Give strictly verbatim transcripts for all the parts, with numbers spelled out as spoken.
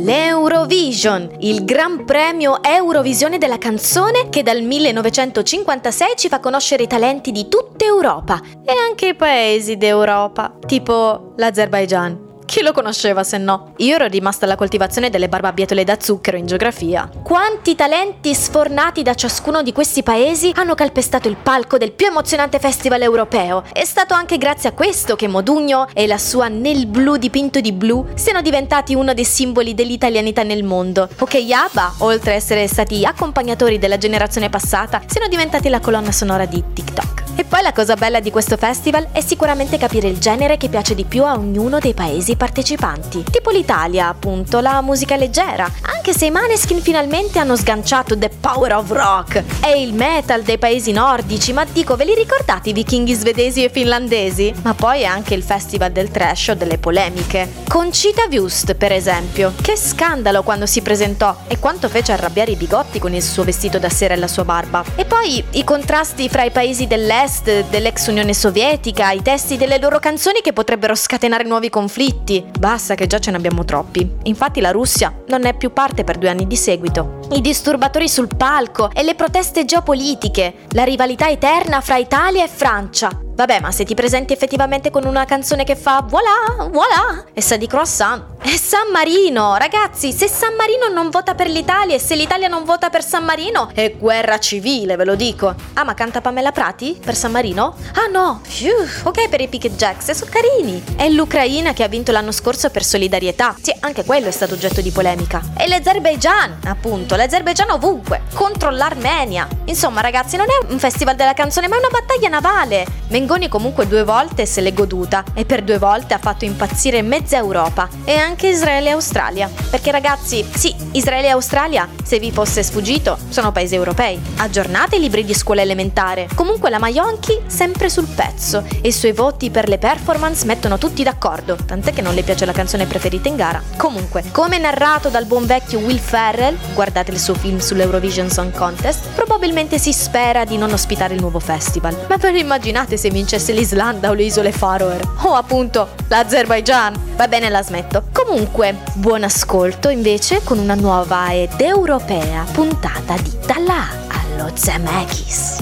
l'Eurovision, il Gran Premio Eurovisione della canzone che dal millenovecentocinquantasei ci fa conoscere i talenti di tutta Europa e anche i paesi d'Europa, tipo l'Azerbaigian. Chi lo conosceva se no? Io ero rimasta alla coltivazione delle barbabietole da zucchero in geografia. Quanti talenti sfornati da ciascuno di questi paesi hanno calpestato il palco del più emozionante festival europeo. È stato anche grazie a questo che Modugno e la sua Nel blu dipinto di blu siano diventati uno dei simboli dell'italianità nel mondo, o che gli ABBA, oltre a essere stati accompagnatori della generazione passata, siano diventati la colonna sonora di TikTok. E poi la cosa bella di questo festival è sicuramente capire il genere che piace di più a ognuno dei paesi partecipanti. Tipo l'Italia, appunto, la musica leggera, anche se i Maneskin finalmente hanno sganciato The Power of Rock, e il metal dei paesi nordici, ma dico, ve li ricordate i vichinghi svedesi e finlandesi? Ma poi è anche il festival del trash o delle polemiche. Conchita Wurst, per esempio, che scandalo quando si presentò e quanto fece arrabbiare i bigotti con il suo vestito da sera e la sua barba. E poi i contrasti fra i paesi dell'est, dell'ex Unione Sovietica, i testi delle loro canzoni che potrebbero scatenare nuovi conflitti. Basta che già ce ne abbiamo troppi. Infatti la Russia non è più parte per due anni di seguito. I disturbatori sul palco e le proteste geopolitiche, la rivalità eterna fra Italia e Francia. Vabbè, ma se ti presenti effettivamente con una canzone che fa voilà, voilà e sa di croissant, è San Marino, ragazzi. Se San Marino non vota per l'Italia e se l'Italia non vota per San Marino, è guerra civile, ve lo dico. Ah, ma canta Pamela Prati per San Marino? Ah no, Fiu, ok per i Picket Jacks, sono carini. È l'Ucraina che ha vinto l'anno scorso per solidarietà, sì, anche quello è stato oggetto di polemica. E l'Azerbaigian, appunto, l'Azerbaigian ovunque, contro l'Armenia. Insomma, ragazzi, non è un festival della canzone, ma è una battaglia navale. Mengoni comunque due volte se l'è goduta e per due volte ha fatto impazzire mezza Europa e anche Israele e Australia. Perché ragazzi, sì, Israele e Australia, se vi fosse sfuggito, sono paesi europei. Aggiornate i libri di scuola elementare. Comunque la Maionchi sempre sul pezzo e i suoi voti per le performance mettono tutti d'accordo, tant'è che non le piace la canzone preferita in gara. Comunque, come narrato dal buon vecchio Will Ferrell, guardate il suo film sull'Eurovision Song Contest, probabilmente si spera di non ospitare il nuovo festival. Ma ve lo immaginate se vincesse l'Islanda o le isole Faroe o appunto l'Azerbaigian? Va bene, la smetto. Comunque, buon ascolto invece con una nuova ed europea puntata di Da là allo Zemeckis.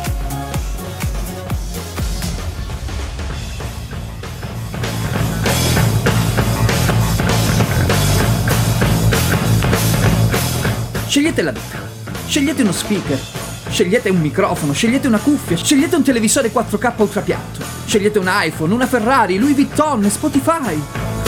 Scegliete la vita, scegliete uno speaker, scegliete un microfono, scegliete una cuffia, scegliete un televisore quattro K ultrapiatto, scegliete un iPhone, una Ferrari, Louis Vuitton, Spotify.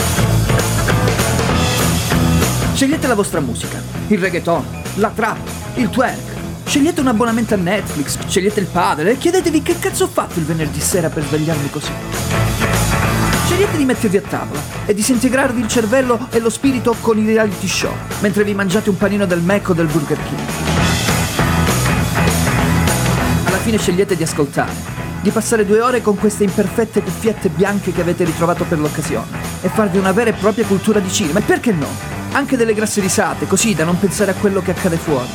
Scegliete la vostra musica, il reggaeton, la trap, il twerk. Scegliete un abbonamento a Netflix, scegliete il padre e chiedetevi che cazzo ho fatto il venerdì sera per svegliarmi così. Scegliete di mettervi a tavola e disintegrarvi il cervello e lo spirito con i reality show, mentre vi mangiate un panino del Mac o del Burger King. Alla fine scegliete di ascoltare, di passare due ore con queste imperfette cuffiette bianche che avete ritrovato per l'occasione e farvi una vera e propria cultura di cinema, e perché no? Anche delle grasse risate, così da non pensare a quello che accade fuori.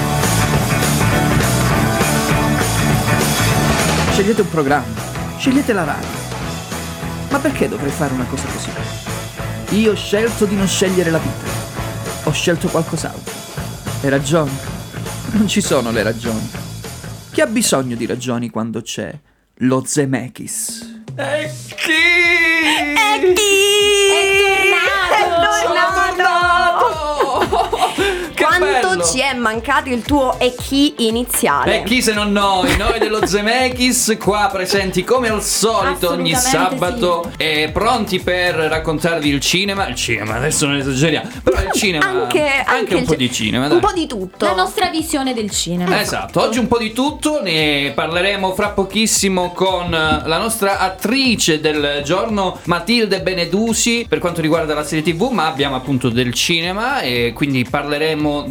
Scegliete un programma, scegliete la radio. Ma perché dovrei fare una cosa così? Io ho scelto di non scegliere la vita. Ho scelto qualcos'altro. Le ragioni? Non ci sono le ragioni. Chi ha bisogno di ragioni quando c'è lo Zemeckis? E chi? E chi? È tornato! È tornato! Che Quanto bello! ci è mancato il tuo e chi iniziale? E chi se non noi, noi dello Zemeckis, qua presenti come al solito ogni sabato sì. e pronti per raccontarvi il cinema. Il cinema, adesso non esageriamo, però il cinema, Anche, anche, anche un il po' ci- di cinema, Un dai. po' di tutto. La nostra visione del cinema. Esatto, oggi un po' di tutto, ne parleremo fra pochissimo con la nostra attrice del giorno, Matilde Benedusi, per quanto riguarda la serie tivù, ma abbiamo appunto del cinema e quindi parleremo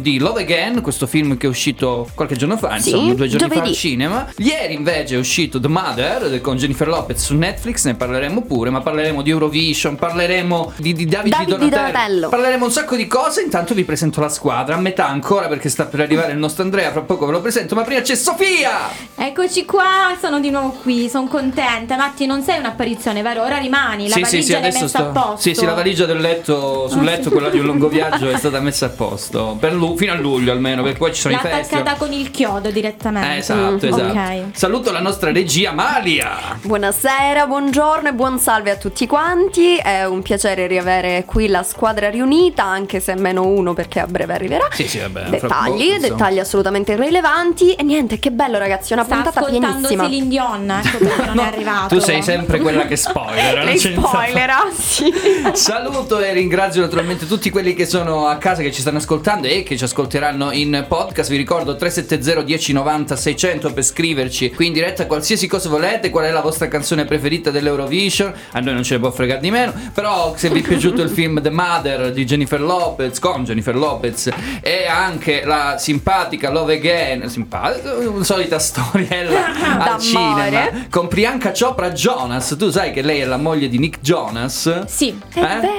di Love Again, questo film che è uscito qualche giorno fa, Sì, insomma due giorni giovedì. fa al cinema. Ieri invece è uscito The Mother con Jennifer Lopez su Netflix, ne parleremo pure, ma parleremo di Eurovision, parleremo di, di Davide, Davide di Donatello. Donatello. Parleremo un sacco di cose. Intanto vi presento la squadra, a metà ancora perché sta per arrivare il nostro Andrea, fra poco ve lo presento, ma prima c'è Sofia! Eccoci qua, sono di nuovo qui, sono contenta. Matti, non sei un'apparizione, vero? Ora rimani, la sì, valigia sì, sì, l'hai adesso messa sto... a posto. Sì, sì, la valigia del letto, sul letto, quella di un lungo viaggio, è stata messa a posto per lu- fino a luglio almeno, perché poi ci sono L'ha i festival. attaccata con il chiodo direttamente. Eh, esatto, Mm, esatto. ok. Saluto la nostra regia Malia. Buonasera, buongiorno e buon salve a tutti quanti. È un piacere riavere qui la squadra riunita, anche se meno uno perché a breve arriverà. Sì, sì, vabbè. fra Dettagli, poco, insomma. dettagli assolutamente irrilevanti. E niente, che bello ragazzi, una Sta puntata ascoltando pienissima. Celine Dion, ecco perché non No, è arrivato. Tu sei sempre quella che spoiler. non Lei c'è niente da fare. spoilera, sì. Saluto e ringrazio naturalmente tutti quelli che sono a casa, che ci stanno ascoltando e che ci ascolteranno in podcast. Vi ricordo tre sette zero uno zero nove zero sei zero zero per scriverci qui in diretta qualsiasi cosa volete. Qual è la vostra canzone preferita dell'Eurovision? A noi non ce ne può fregare di meno, però se vi è piaciuto il film The Mother di Jennifer Lopez, con Jennifer Lopez, e anche la simpatica Love Again, simpatica, solita storiella al D'amore. cinema con Priyanka Chopra Jonas. Tu sai che lei è la moglie di Nick Jonas? Sì. È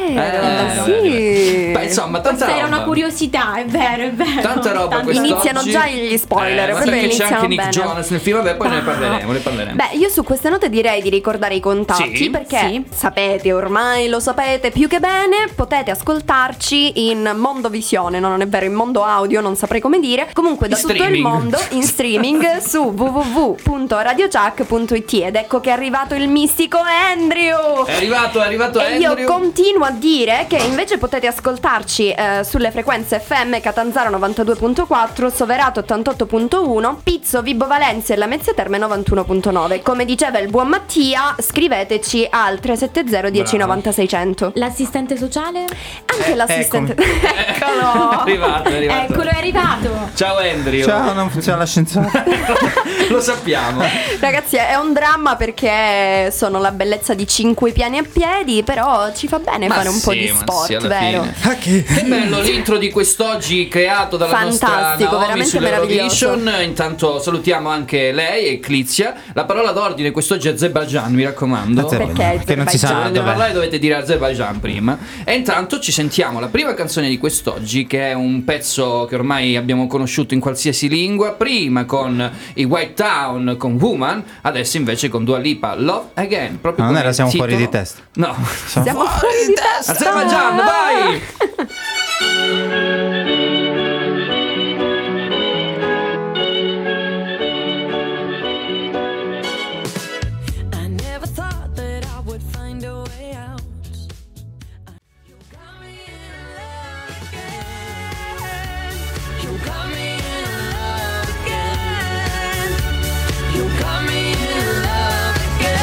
vero, Eh, sì. Beh, insomma, tanta Questa era roba. una curiosità, è vero, è vero. Tanta roba Tanti- quest'oggi. Iniziano già gli spoiler, eh, proprio perché c'è iniziamo anche Nick bene. Jonas nel film, vabbè, poi ne Ah. parleremo, ne parleremo. Beh, io su queste note direi di ricordare i contatti, Sì. perché Sì. sapete, ormai lo sapete più che bene, potete ascoltarci in Mondovisione, no, non è vero, in mondo audio, non saprei come dire. Comunque da In tutto il streaming. mondo in streaming su w w w punto radiochuck punto i t. Ed ecco che è arrivato il mistico Andrew. È arrivato, è arrivato E Andrew. io continuo a dire che invece potete ascoltarci eh, sulle frequenze F M Catanzaro novantadue virgola quattro, Soverato ottantotto virgola uno, Pizzo, Vibo Valencia e la Mezzia Terme novantuno virgola nove. Come diceva il buon Mattia, scriveteci al tre sette zero uno zero nove zero sei zero zero. L'assistente sociale? Anche Eh, l'assistente. È Eccolo. arrivato, è arrivato. Eccolo, è arrivato. Ciao Andrew. Ciao, non funziona l'ascensore. Lo sappiamo. Ragazzi, è un dramma perché sono la bellezza di cinque piani a piedi, però ci fa bene Ma fare un po' sì, di ma sport, sì, alla vero? fine. Ah, che? Che bello l'intro di quest'oggi creato dalla nostra Fantastico, Naomi veramente sull'Eurovision. meraviglioso. Intanto salutiamo anche lei e Clizia. La parola d'ordine quest'oggi è Azerbaijan, mi raccomando. Perché Che non si Se sa volete dov'è. parlare dovete dire Azerbaijan prima. E intanto ci sentiamo la prima canzone di quest'oggi, che è un pezzo che ormai abbiamo conosciuto in qualsiasi lingua. Prima con i White Town con Woman, adesso invece con Dua Lipa, Love Again. Proprio Ma non come era il Siamo titolo. fuori di testa. No, Siamo fuori di testa. Azerbaijan, vai! I never thought that I would find a way out. You got me in love again. You got me in love again. You got me in love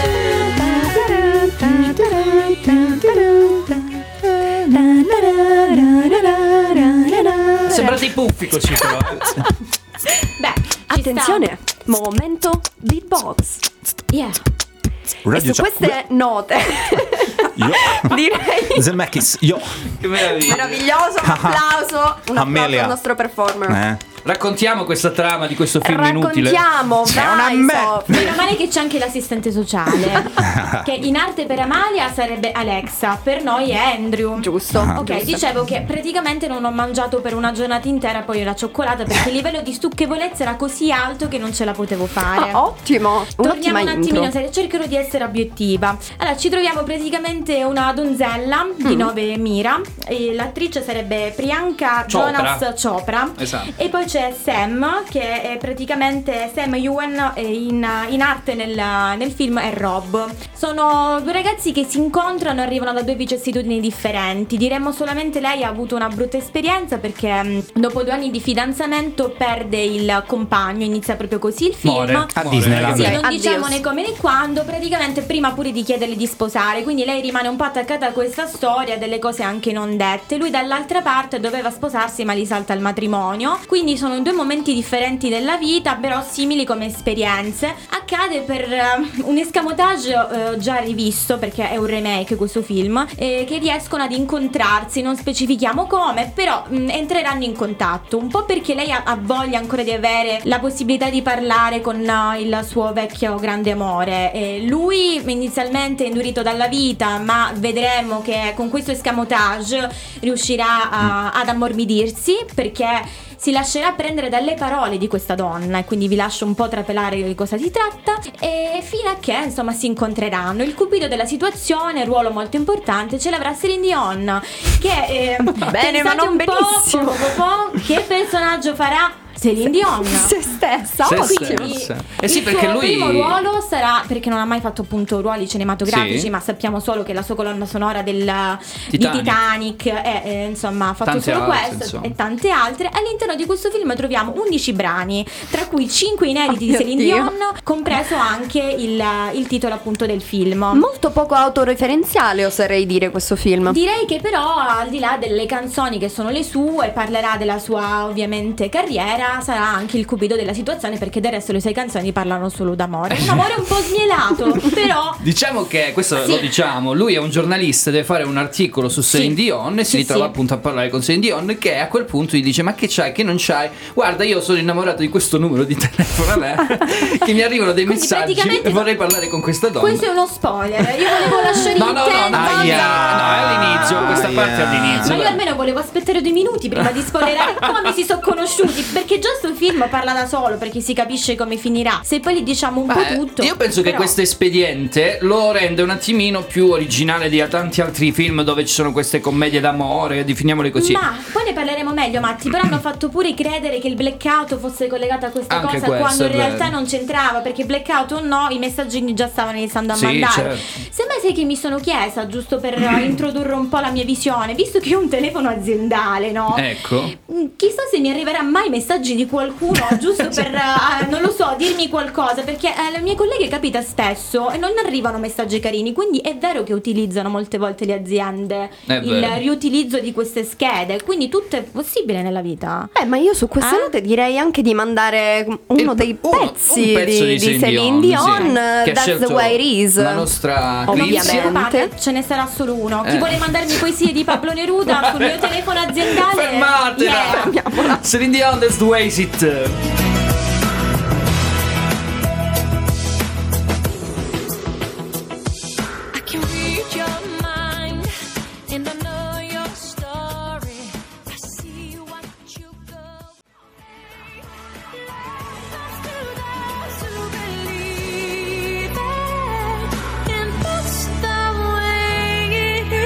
again. Sembra dei puffi così però. Beh, ci Attenzione, momento beatbox. sta. Yeah. E Radio su queste note Io. direi Zemeckis, io. Che meraviglia. meraviglioso, un applauso, un applauso Amelia. al nostro performer. Eh. Raccontiamo questa trama di questo film inutile. Raccontiamo, È vai, una me- Sofì. Meno male che c'è anche l'assistente sociale, che in arte per Amalia sarebbe Alexa, per noi è Andrew. Giusto. Ah. Ok, giusto. dicevo che praticamente non ho mangiato per una giornata intera poi la cioccolata perché il livello di stucchevolezza era così alto che non ce la potevo fare. Ah, ottimo, Torniamo un'ottima un attimino, intro. se- cercherò di essere obiettiva. Allora, ci troviamo praticamente una donzella di Mm. nome Mira, e l'attrice sarebbe Priyanka Chopra. Jonas Chopra. Esatto. E poi c'è Sam, che è praticamente Sam Ewan, e in, in arte nel, nel film è Rob. Sono due ragazzi che si incontrano e arrivano da due vicissitudini differenti. Diremmo solamente lei ha avuto una brutta esperienza perché mh, dopo due anni di fidanzamento perde il compagno, inizia proprio così il film. Muore. A Muore, Disneyland. Sì, Ok, non addios. diciamo né come né quando, praticamente prima pure di chiederle di sposare, quindi lei rimane un po' attaccata a questa storia, delle cose anche non dette. Lui dall'altra parte doveva sposarsi ma gli salta il matrimonio, quindi sono due momenti differenti della vita, però simili come esperienze. Accade per uh, un escamotage uh, già rivisto, perché è un remake questo film, eh, che riescono ad incontrarsi, non specifichiamo come, però mh, entreranno in contatto, un po' perché lei ha, ha voglia ancora di avere la possibilità di parlare con uh, il suo vecchio grande amore. Eh, lui inizialmente è indurito dalla vita, ma vedremo che con questo escamotage riuscirà a, ad ammorbidirsi, perché si lascerà prendere dalle parole di questa donna, e quindi vi lascio un po' trapelare di cosa si tratta, e fino a che insomma si incontreranno. Il cupido della situazione, ruolo molto importante, ce l'avrà Celine Dion, che eh, Bene, ma non un po', benissimo. po', po', po', che personaggio farà Celine Dion? Se stessa, Se ottimo. stessa. Eh sì, il perché suo lui- primo ruolo sarà, perché non ha mai fatto appunto ruoli cinematografici, Sì. ma sappiamo solo che la sua colonna sonora del, di Titanic. Titanic è, eh, insomma, ha fatto Tante solo altre, questo insomma. e tante altre. All'interno di questo film troviamo undici brani, tra cui cinque inediti Oh di mio Celine Dio. Dion, compreso anche il, il titolo appunto del film. Molto poco autoreferenziale, oserei dire, questo film. Direi che però, al di là delle canzoni che sono le sue, parlerà della sua ovviamente carriera, sarà anche il cupido della situazione, perché del resto le sue canzoni parlano solo d'amore. Un amore un po' smielato, però Diciamo che, questo Sì. lo diciamo, lui è un giornalista, deve fare un articolo su Celine Sì. Dion e si Sì, ritrova sì. appunto a parlare con Celine Dion, che a quel punto gli dice: ma che c'hai, che non c'hai? Guarda, io sono innamorato di questo numero di telefono, vabbè, che mi arrivano dei Quindi messaggi praticamente- e vorrei parlare con questa donna. questo è uno spoiler. Io volevo lasciare No, no, no, intendere- no, Aia. no, è all'inizio, questa Aia. parte è all'inizio. Ma io dai. almeno volevo aspettare due minuti prima di spoilerare come si sono conosciuti, perché già sto film parla da solo, perché si capisce come finirà. Se poi gli diciamo un po' Beh, tutto. io penso che però- questo espediente lo rende un attimino più originale di tanti altri film dove ci sono queste commedie d'amore, definiamole così. Ma poi ne parleremo meglio, Matti. Però hanno fatto pure credere che il blackout fosse collegato a questa Anche cosa, questo quando in è vero. realtà non c'entrava, perché blackout o no, i messaggini già stavano iniziando a Sì, mandare. certo. Semmai sai che mi sono chiesta, giusto per eh, introdurre un po' la mia visione, visto che ho un telefono aziendale, no? Ecco. Mm, Chissà se mi arriverà mai messaggi di qualcuno giusto per, eh, non lo so, dirmi qualcosa, perché eh, alle mie colleghe capita spesso e non arrivano messaggi carini, quindi è vero che utilizzano molte volte le aziende È il vero. riutilizzo di queste schede, quindi tutto è possibile nella vita. Eh, ma io su queste Ah. note direi anche di mandare uno Il- dei uno- pezzi un pezzo di, di di Celine Celine Dion, Dion, sì, eh, che ha That's the scelto way it is. la nostra Ovviamente. Clips. Preoccupate, ce ne sarà solo uno. Chi Eh. vuole mandarmi poesie di Pablo Neruda sul mio telefono aziendale? Fermatela! Yeah. Celine Dion, that's the way it. I can read your mind, and I know your story. I see what you go. Let's do that to believe it, and that's the way it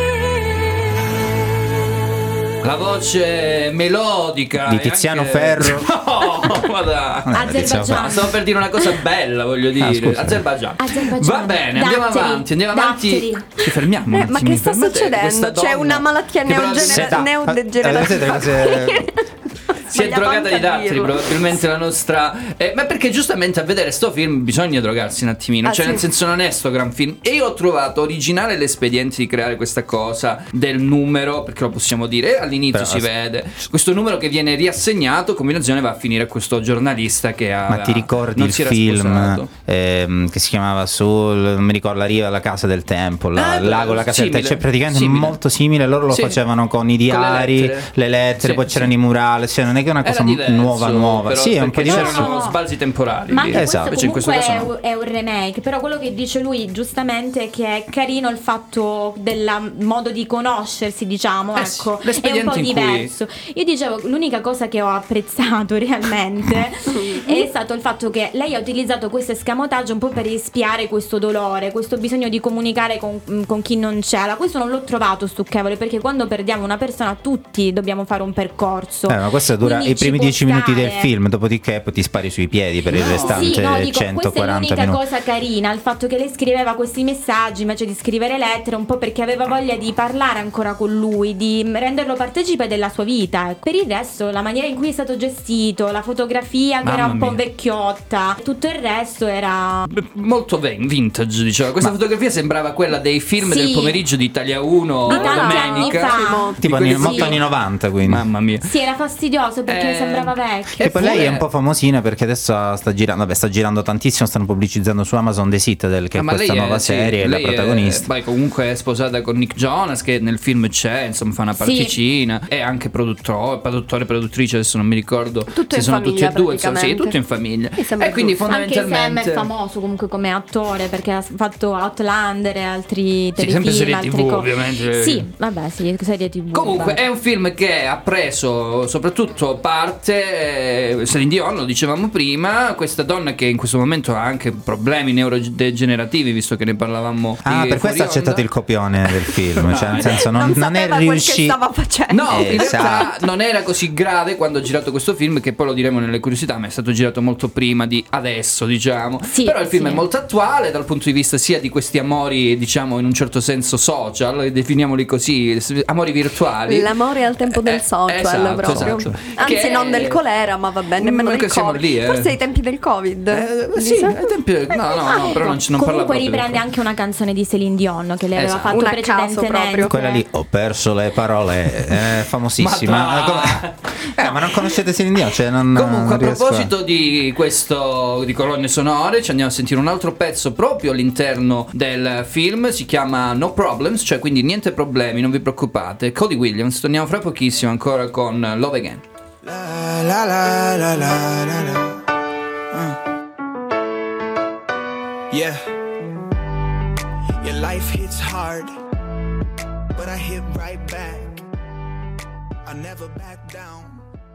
is. La voce melodica Di e Tiziano anche- Ferro. No, ma dai. Azerbaigian. No, stavo per dire una cosa bella, voglio dire. Ah, scusa. Azerbaigian. Azerbaigian. Va bene, andiamo Datteri. avanti, andiamo avanti. Datteri. Ci fermiamo. un Eh, ma attimo, che sta fermate questa succedendo? C'è donna una malattia che però neogenera- si- Setà. neodegenerativa. Eh, vedete le cose- Si è drogata di datteri, probabilmente la nostra. Eh, ma perché giustamente a vedere sto film bisogna drogarsi un attimino. Ah, cioè, sì. nel senso, non è sto gran film. E io ho trovato originale l'espediente di creare questa cosa del numero, perché lo possiamo dire. All'inizio Però, si as- vede questo numero che viene riassegnato. Combinazione va a finire a questo giornalista che ha. Ma ti ricordi non il si era film sposato. ehm, che si chiamava sul, non mi ricordo, la riva, la casa del tempo, la, Ah, il lago, la casa del tempo, simile, cioè praticamente simile. molto simile, loro lo Sì. facevano con i Con le diari, lettere. le lettere, Sì, poi sì. c'erano i murali, cioè non è che è una Era cosa diverso, nuova nuova, però, sì è un po' perché diverso. c'erano sbalzi temporali. Ma anche Esatto. questo Invece in comunque questo caso è, un- è un remake. Però quello che dice lui giustamente è che è carino il fatto del modo di conoscersi, diciamo, Eh sì, ecco, è un l'espediente po' in cui- diverso. Io dicevo, l'unica cosa che ho apprezzato realmente è stato il fatto che lei ha utilizzato questo escamotaggio un po' per espiare questo dolore, questo bisogno di comunicare con, con chi non c'è. Ma questo non l'ho trovato stucchevole, perché quando perdiamo una persona tutti dobbiamo fare un percorso. Eh, ma questo dura Quindi i primi ci può dieci minuti del stare. film, dopodiché poi ti spari sui piedi per il restante Sì, no, dico, questa è centoquaranta l'unica minuti. cosa carina, il fatto che lei scriveva questi messaggi invece di scrivere lettere, un po' perché aveva voglia di parlare ancora con lui, di renderlo partecipe della sua vita. Per il resto, la maniera in cui è stato gestito, la fotografia che Mamma era un po' mia. vecchiotta, tutto il resto era... Molto ven- vintage, diciamo. Questa fotografia sembrava quella dei film Sì. del pomeriggio di Italia uno Di tanti domenica. anni fa. Tipo Di anni, quelli- molto anni novanta, quindi. Mamma mia. Sì, era fastidioso curioso perché Eh, mi sembrava vecchio. E poi lei Eppure- è un po' famosina perché adesso sta girando, vabbè, sta girando tantissimo, stanno pubblicizzando su Amazon The Citadel, che Ah, è ma questa lei nuova sì, serie, è la lei è- protagonista. poi comunque è sposata con Nick Jonas, che nel film c'è, insomma, fa una Sì. particina. È anche produttore, produttore, produttrice, adesso non mi ricordo. Tutto se in sono famiglia, tutti e due, insomma, sì, praticamente. tutto in famiglia. Mi sembra E quindi giusto. Anche Sam fondamentalmente è famoso comunque come attore perché ha fatto Outlander e altri Sì, telefilm, sempre serie altre tivù, cose. ovviamente. Sì, vabbè, sì, serie tivù. Comunque vabbè. è un film che ha preso soprattutto parte eh, Celine Dion, lo dicevamo prima, questa donna che in questo momento ha anche problemi neurodegenerativi, visto che ne parlavamo. Ah, di per questo ha fuori accettato onda. il copione del film, cioè nel senso Non, non, non è sapeva quel che riuscito. stava facendo. No, in realtà Esatto. non era così grave quando ha girato questo film, che poi lo diremo nelle curiosità, ma è stato girato molto prima di adesso, diciamo. Sì, Però il film sì. è molto attuale dal punto di vista sia di questi amori, diciamo in un certo senso social, definiamoli così, amori virtuali. L'amore al tempo del Eh, social esatto, proprio. esatto. Anzi, Che- non del colera, ma va bene, nemmeno Non del che siamo Covid. lì, eh. Forse ai tempi del Covid. Eh, sì, Dice? ai tempi- no, no, no, però non, ci- non parla Comunque proprio riprende del- anche una canzone di Celine Dion che lei aveva Esatto. fatto Una a caso precedentemente. proprio. Quella lì, ho perso le parole, è famosissima. Ma Eh, come- eh, ma non conoscete Celine Dion? Cioè non, Comunque, a non riesco proposito di questo di colonne sonore, ci andiamo a sentire un altro pezzo proprio all'interno del film. Si chiama No Problems, cioè quindi niente problemi, non vi preoccupate. Cody Williams, torniamo fra pochissimo ancora con Love Again. La la la la la la la. Uh. Yeah. Your life hits hard, but I hit right back. I never back down.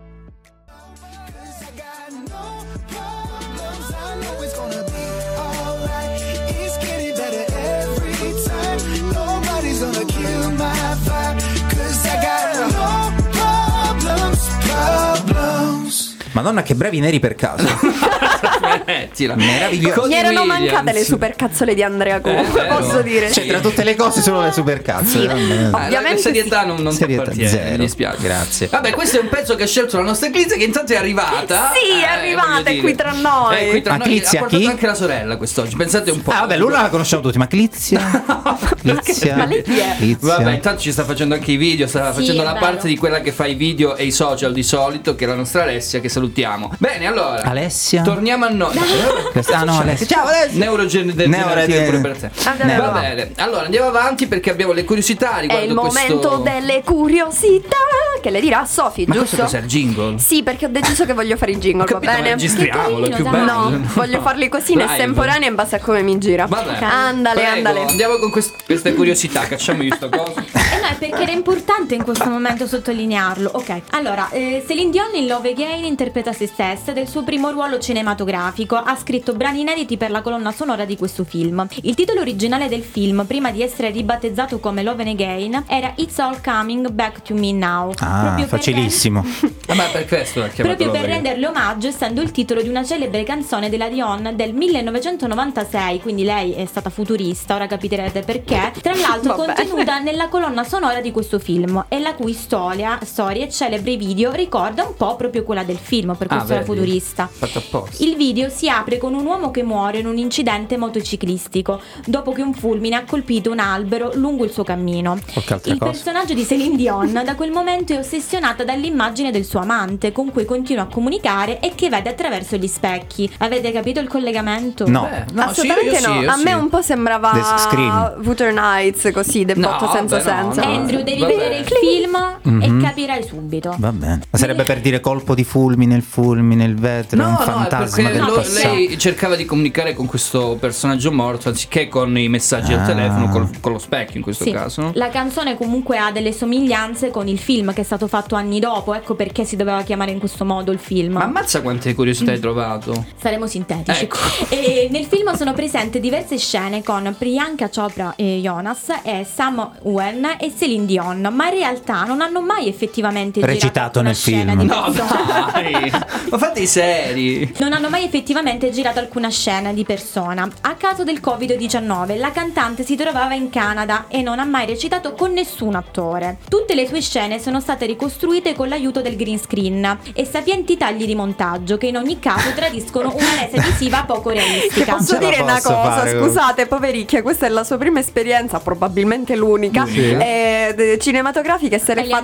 'Cause I got no problems. I know it's gonna be alright. It's getting better every time. Nobody's gonna kill my vibe. 'Cause I got no problems, problems. Madonna, che bravi neri per caso. Mettila. Meraviglioso. Cody Mi erano Williams. mancate le supercazzole di Andrea comunque, vero. posso dire. Cioè, tra tutte le cose, solo le supercazzo. Sì. Vabbè. Ah, la- Ovviamente la serietà non, non ti Serietà appartiene, zero. mi dispiace. Grazie. Vabbè, questo è un pezzo che ha scelto la nostra Clizia, che intanto è arrivata. Sì, è arrivata, voglio è dire. qui tra noi. È qui tra Ma noi. Clizia ha portato chi? anche la sorella quest'oggi. Pensate un po'. Ah, vabbè, l'una la conosciamo tutti, ma Clizia? Clizia? Ma lei chi è? Clizia. Vabbè, intanto ci sta facendo anche i video, sta Sì, facendo è la bello. parte di quella che fa i video e i social di solito, che è la nostra Alessia, che salutiamo. Bene, allora. Alessia? Torniamo a noi. Ah, no, Alessia. Ciao, Alessia. Neurogenerativo Neuro- pure per te. Andiamo Va avanti. bene. Allora, andiamo avanti perché abbiamo le curiosità È riguardo il momento questo. delle curiosità che le dirà Sofì, Ma giusto? questo cos'è il jingle? Sì, perché ho deciso che voglio fare il jingle, Ho va capito, ma bene? registriamolo, è più Che bello. carino, No, voglio farli così in Live. estemporanea in base a come mi gira. Vabbè. Andale, Prego, andale. Andiamo con quest- queste curiosità, cacciamogli sta cosa. Eh no, è perché era importante in questo momento sottolinearlo. Ok, allora, eh, Celine Dion in Love Again interpreta se stessa ed è il suo primo ruolo cinematografico. Ha scritto brani inediti per la colonna sonora di questo film. Il titolo originale del film, prima di essere ribattezzato come Love Again, era It's All Coming Back to Me Now. Ah, Proprio per facilissimo. Ah, ma per questo l'ha chiamato Proprio per Love Again. renderle omaggio, essendo il titolo di una celebre canzone della Dion del millenovecentonovantasei, quindi lei è stata futurista, ora capirete perché. Tra l'altro Vabbè. contenuta nella colonna sonora di questo film e la cui storia, storia e celebre video ricorda un po' proprio quella del film, per Ah, questo era vedi? futurista. Fatto apposta. Il video si apre con un uomo che muore in un incidente motociclistico dopo che un fulmine ha colpito un albero lungo il suo cammino. Qualche altra Il cosa. personaggio di Celine Dion da quel momento è ossessionata dall'immagine del suo amante con cui continua a comunicare e che vede attraverso gli specchi. Avete capito il collegamento? No. Eh, no, Assolutamente sì, io no, sì, io a me sì. un po' sembrava The Scream. Wuthering Heights, così, debotto No, senza vabbè, no, senso. no. Andrew, devi Vabbè. vedere il film Mhm. e capirai subito. Va bene. Ma sarebbe per dire colpo di fulmine, il fulmine, il vetro, No, un no, è fantasma perché del lo- passato. lei cercava di comunicare con questo personaggio morto anziché con i messaggi Ah. al telefono, col- con lo specchio in questo Sì. caso, no? La canzone comunque ha delle somiglianze con il film che è stato fatto anni dopo, ecco perché si doveva chiamare in questo modo il film. Ma ammazza quante curiosità hai trovato. Saremo sintetici. Ecco. E nel film sono presenti diverse scene con Priyanka Chopra e Jonas e Sam Wen e Celine Dion, ma in realtà non hanno mai effettivamente Recitato girato alcuna nel scena film. di No, persona. dai. Ma fate i seri. Non hanno mai effettivamente girato alcuna scena di persona. A causa del covid diciannove, la cantante si trovava in Canada e non ha mai recitato con nessun attore. Tutte le sue scene sono state ricostruite con l'aiuto del green screen e sapienti tagli di montaggio che in ogni caso tradiscono una resa visiva poco Che realistica. posso Ce la dire una posso cosa, fare, scusate, povericchia, questa è la sua prima esperienza, probabilmente l'unica, Sì. eh, de- cinematografica, essere E gli è fatta da andata sola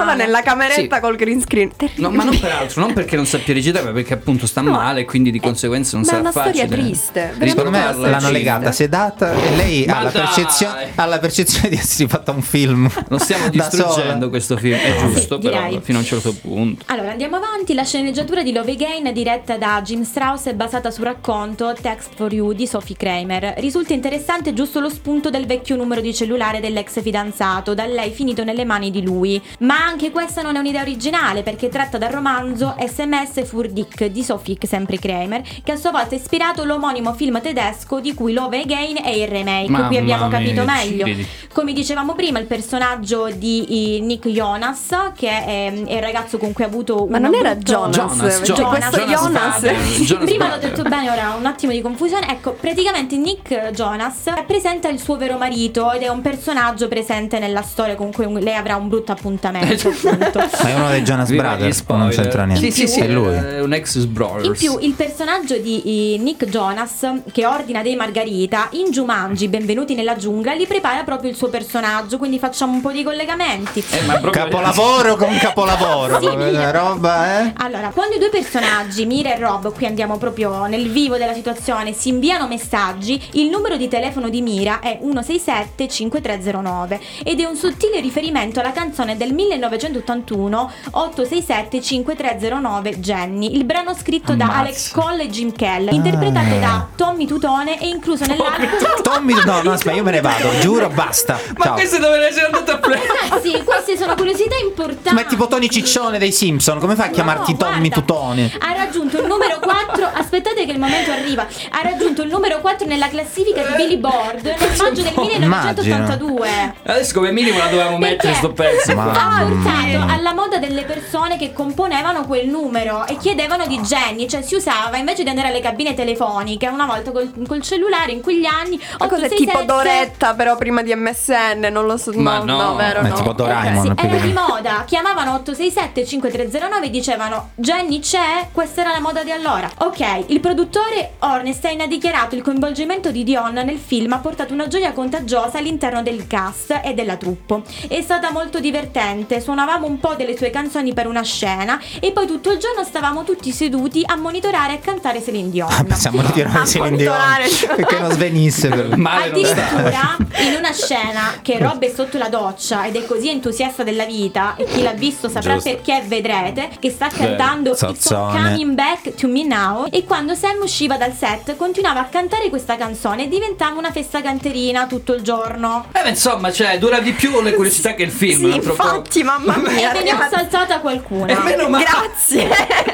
sola nella cameretta Sì. col green screen. No, ma non per altro, non perché non sappia recitare, ma perché appunto sta No. male, quindi di conseguenza non Ma è sarà una storia facile. triste. Secondo me veramente l'hanno triste. legata sedata e lei Ma ha la, dai! percezione, ha la percezione di essersi fatta un film. Non stiamo da distruggendo sola. questo film, è giusto, Sì, però direi. fino a un certo punto. Allora, andiamo avanti. La sceneggiatura di Love Again, diretta da Jim Strauss, è basata sul racconto Text for You di Sophie Kramer. Risulta interessante giusto lo spunto del vecchio numero di cellulare dell'ex fidanzato, da lei finito nelle mani di lui. Ma anche questa non è un'idea originale, perché tratta dal romanzo S M S für Dick di Sophie sempre Kramer, che a sua volta ha ispirato l'omonimo film tedesco di cui Love Again è il remake. Mamma Qui abbiamo capito mia, meglio. ci- Come dicevamo prima, il personaggio di eh, Nick Jonas, che è, è il ragazzo con cui ha avuto Ma un non era brutto- Jonas, Jonas, perché Jonas, questo Jonas Jonas, Vader, Jonas Prima l'ho Vader. detto bene, ora ho un attimo di confusione. Ecco, praticamente Nick Jonas rappresenta il suo vero marito ed è un personaggio presente nella storia con cui lei avrà un brutto appuntamento, appunto. Ma è uno dei Jonas Viva gli Brothers, spoiler. non c'entra niente. Sì, sì, sì, è lui. è un ex Brothers. In più, il personaggio di eh, Nick Jonas, che ordina dei margarita, in Jumanji, Benvenuti nella giungla, li prepara proprio il suo personaggio, quindi facciamo un po' di collegamenti. Eh, ma proprio- Capolavoro con capolavoro. Sì, proprio Mira. una roba, eh? Allora, quando i due personaggi, Mira e Rob, qui andiamo proprio nel vivo della situazione, si inviano messaggi, il numero di telefono di Mira è uno sei sette cinque tre zero nove ed è un sottile riferimento alla canzone del millenovecentottantuno otto sei sette cinque tre zero nove Jenny, il brano scritto da Ammazza. Alex Cole e Jim Kell, interpretato Ah. da Tommy Tutone e incluso nell'album. Tommy, no, no, aspetta, io me ne vado, giuro, basta. Ma Ciao. questo dove ne sei andato a prendere? Ragazzi, queste sono curiosità importanti. Ma è tipo Tony Ciccione dei Simpson, come fai a chiamarti No, Tommy guarda, Tutone? Ha raggiunto il numero quattro. Aspettate che il momento arriva. Ha raggiunto il numero quattro nella classifica di Billboard nel maggio del millenovecentottantadue. Adesso come minimo la dovevamo mettere sto pezzo. Ma- qua. Ha portato alla moda delle persone che componevano quel numero e chiedevano di Jenny, cioè si usava invece di andare alle cabine telefoniche una volta col, col cellulare in quegli anni. Ma cos'è otto sei tipo sette Doretta però prima di M S N? Non lo so. Ma no, no. no, vero Ma è no. tipo Doraemon, Sì, più era che- di moda, chiamavano otto sei sette cinque tre zero nove e dicevano Jenny c'è? Questa era la moda di allora. Ok, il produttore Ornstein ha dichiarato il coinvolgimento di Dion nel film ha portato una gioia contagiosa all'interno del cast e della troupe. È stata molto divertente, suonavamo un po' delle sue canzoni per una scena e poi tutto il giorno stavamo tutti seduti a monitorare e cantare Celine Dion. Ah, pensiamo di tirare A Celine Dion monitorare. perché non svenisse per... Male non sta. Addirittura in una scena che Rob è sotto la doccia ed è così entusiasta della vita e chi l'ha visto saprà Giusto. perché, vedrete che sta cantando It's All Zozzone. Coming Back to Me Now e quando Sam usciva dal set continuava a cantare questa canzone e diventava una festa canterina tutto il giorno. Eh, ma insomma, cioè, dura di più le curiosità che il film. Sì, d'altro po'. infatti, mamma mia. E ve ne ho ragazzi. saltata qualcuna. E meno male. Grazie.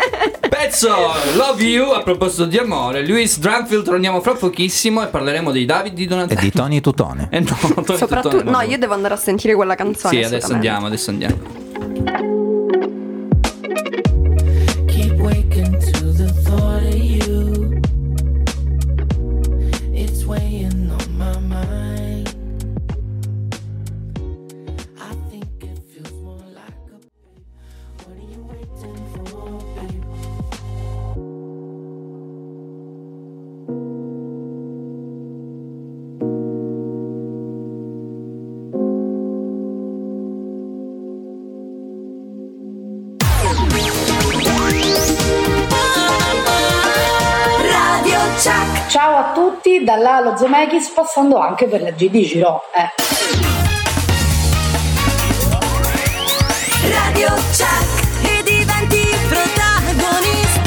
Pezzo Love You a proposito di amore. Louis Drumfield, torniamo fra pochissimo e parleremo dei David di E Donatello. di Tony Tutone. Eh no, Tony Soprattutto, Tutone, no, no. io devo andare a sentire quella canzone. Sì, adesso assolutamente. andiamo, adesso andiamo. Keep waking to the thought of you. It's weighing on my mind. I think it feels more like a babe. What are you waiting for, babe? Radio Chuck. Ciao a tutti, dall'Alo Zemeckis passando anche per la G D Giro. Eh. Radio Chuck e diventi protagonista.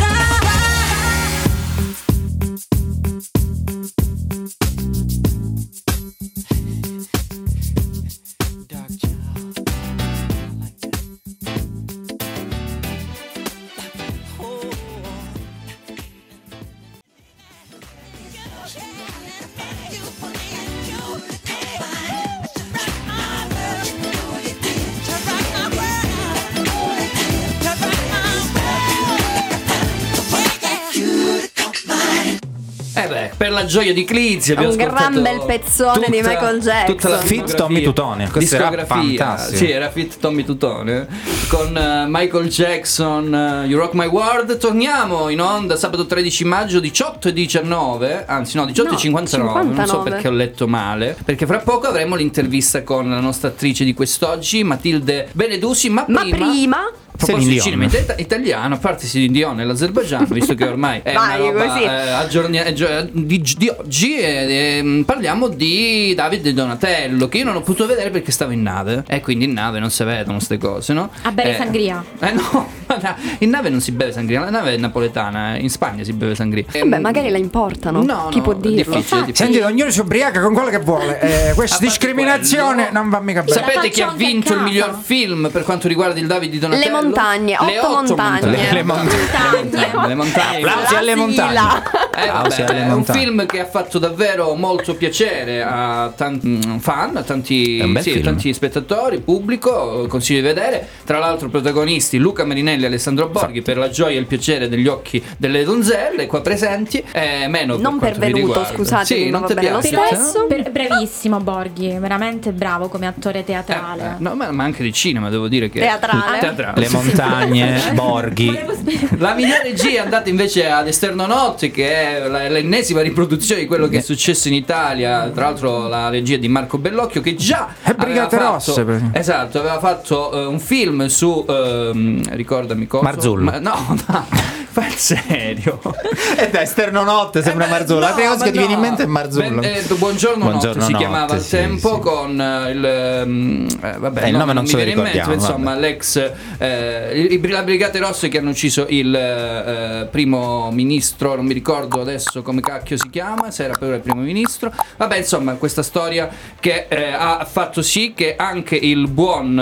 Eh beh, per la gioia di Clizia abbiamo Un gran ascoltato bel pezzone di Michael Jackson. tutta la Fit discografia. Tommy Tutone, questo era Discografia. fantastico. Sì, era Fit Tommy Tutone con eh, Michael Jackson, eh, You Rock My World. Torniamo in onda sabato tredici maggio diciotto e diciannove, anzi no, diciotto e cinquantanove, non so cinquantanove. perché ho letto male, perché fra poco avremo l'intervista con la nostra attrice di quest'oggi, Matilde Benedusi, ma Ma prima, prima a proposito Celine di Dion. cinema ita- italiano, a parte Celine Dion nell'Azerbaigian, visto che ormai è Vai, una roba così. eh, aggiorni- eh, gio- di, di oggi, eh, eh, parliamo di Davide Donatello, che io non ho potuto vedere perché stavo in nave, e quindi in nave non si vedono queste cose, no? A bere Eh, sangria. Eh no, ma no, in nave non si beve sangria, la nave è napoletana, eh, in Spagna si beve sangria. Vabbè, magari la importano. No, Chi no, può è dirlo? difficile, è difficile. Senti, ognuno si ubriaca con quello che vuole. Eh, questa A parte discriminazione quello, non va mica bene. Sapete La chi ha faccio anche a vinto il casa. miglior film per quanto riguarda il Davide di Donatello? Le montagne, Le otto montagne. montagne. Le montagne. Le montagne. Applausi La alle sigla. montagne. Eh, Applausi vabbè, alle è un montagne. film che ha fatto davvero molto piacere a tanti mm, fan, a tanti, È un bel sì, film. tanti spettatori, pubblico, consiglio di vedere. Tra l'altro protagonisti Luca Marinelli e Alessandro Borghi per la gioia e il piacere degli occhi delle donzelle qua presenti. Eh, meno Non per quanto vi pervenuto, riguarda. scusatemi, Sì, ma non va ti bene lo piace? stesso. Per- bravissimo Borghi, veramente bravo come attore Eh, teatrale. eh, no, ma, ma anche di cinema, devo dire che Teatrale. Teatrale. Le montagne, Borghi. Volevo sper- La migliore regia è andata invece ad Esterno Notte, che è la- l'ennesima riproduzione di quello che è successo in Italia. Tra l'altro la regia di Marco Bellocchio, che già E aveva Brigate fatto, Rosse, per esempio. esatto, aveva fatto eh, un film su ehm, ricordami cosa. Marzullo. Ma- no, no, fai il serio. E da esterno notte sembra Eh, Marzullo. no, La prima cosa ma che ti viene in no. mente è Marzullo. Beh, eh, buongiorno, Buongiorno Notte si Notte, chiamava al sì, tempo sì. con eh, il ehm, eh, vabbè, Eh, il nome non mi ce lo viene in mente, ricordiamo, insomma, vabbè. l'ex eh, i- i- la Brigate Rosse che hanno ucciso il eh, primo ministro, non mi ricordo adesso come cacchio si chiama, se era però il primo ministro. Vabbè, insomma, questa storia che eh, ha fatto sì che anche il buon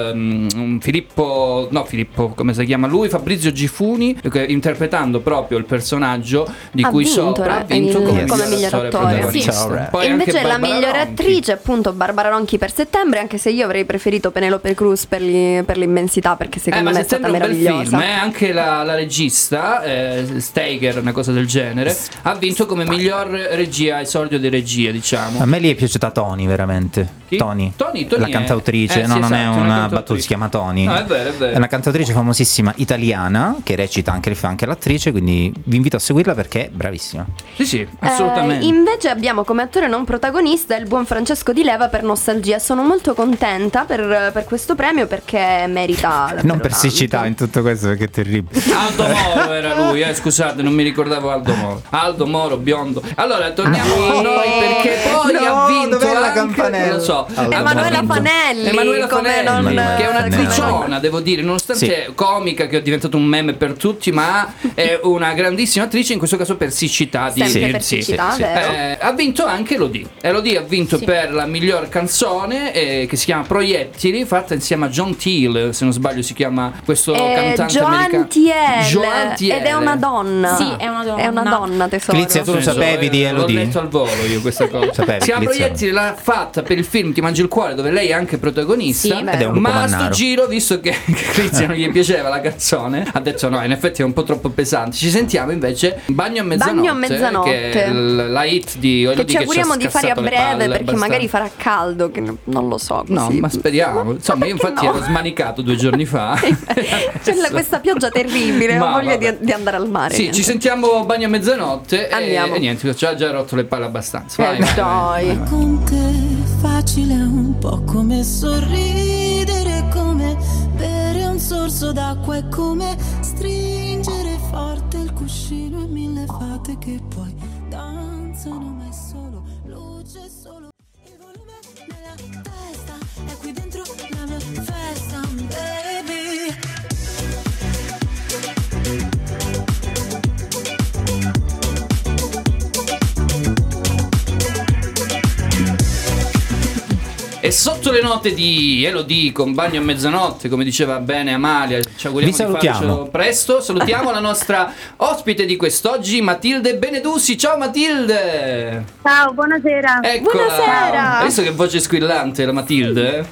ehm, Filippo, no Filippo, come si chiama lui, Fabrizio Gifuni, che interpretando proprio il personaggio di Ha cui vinto, sopra, ha eh, vinto il- come, come miglior attore. protagonista. Sì. Poi E anche invece la Barbara migliore Ronchi. attrice, appunto, Barbara Ronchi per settembre, anche se io avrei preferito Penelope Cruz per, li- per l'immensità, perché Eh, secondo ma me è stata Settembre è un bel meravigliosa. film, eh? Anche la, la regista eh, Steiger, una cosa del genere, ha vinto come miglior regia, esordio di regia, diciamo. A me lì è piaciuta Toni, veramente. Chi? Toni, Toni, Toni la è- cantautrice, eh, no, sì, non è esatto, una una cantautrice. battuta, si chiama Toni. No, è vero, è vero. È una cantautrice famosissima italiana che recita anche, fa anche l'attrice, quindi vi invito a seguirla perché è bravissima. Sì, sì, Eh, assolutamente. invece abbiamo come attore non protagonista il buon Francesco Di Leva per Nostalgia. Sono molto contenta per, per questo premio perché merita davvero Non per tanto. siccità in tutto questo perché è terribile. Aldo Moro era lui, eh, scusate, non mi ricordavo Aldo Moro. Aldo Moro, biondo. Allora, torniamo a noi perché poi No, ha vinto dov'è la anche, campanella? non lo so. Aldo Emanuela Moro. Fanelli, Emanuela come Fanelli, non- Emanuela che è Fanelli. un'attriciona, devo dire, nonostante comica, che è diventato un meme per tutti, ma è una grandissima attrice, in questo caso per siccità di Sempre Sì, per sì, siccità, sì, sì. vero? Eh, ha vinto anche Elodie. Elodie ha vinto per la miglior canzone eh, che si chiama Proiettili, fatta insieme a John Teal, se non sbaglio si chiama questo Eh, cantante americano. Joan Joan Tiel, Tiel. ed è una donna. Sì, è una donna. È una donna, tesoro. Clizia, tu lo Penso, sapevi di eh, Elodie? L'ho letto al volo io questa cosa. Sapevi, Si chiama Clizia? Proiettili, l'ha fatta per il film Ti mangi il cuore, dove lei è anche protagonista. Sì, beh. Ed è un gruppo Ma a sto mannaro. giro, visto che Clizia non gli piaceva la canzone, ha detto no, in effetti è un po' troppo pesante. Ci sentiamo invece Bagno a mezzanotte, Bagno a mezzanotte. che è l- la hit di Che Elodie ci che auguriamo ci ha di fare a scassato le breve palle perché abbastanza. magari farà caldo, che n- non lo so. No, così. ma speriamo. Insomma, io perché infatti no? ero smanicato due giorni fa. C'è la- questa pioggia terribile, Ma ho voglia di, vabbè. di andare al mare. Sì, niente. ci sentiamo Bagno a mezzanotte e, Andiamo. e niente, ci ha già rotto le palle abbastanza. Vai, Eh, vai, dai. vai. Con te facile è un po' come sorridere, come bere un sorso d'acqua, è come stringere forte il cuscino e mille fate che poi danzano, ma è solo luce, solo il volume nella testa, è qui dentro la mia festa, baby. E E sotto le note di Elodie con Bagno a mezzanotte, come diceva bene Amalia, ci auguriamo Vi salutiamo. di farcelo presto. Salutiamo la nostra ospite di quest'oggi, Matilde Benedussi. Ciao Matilde! Ciao, buonasera. Eccola. Buonasera. Hai visto che voce squillante la Matilde?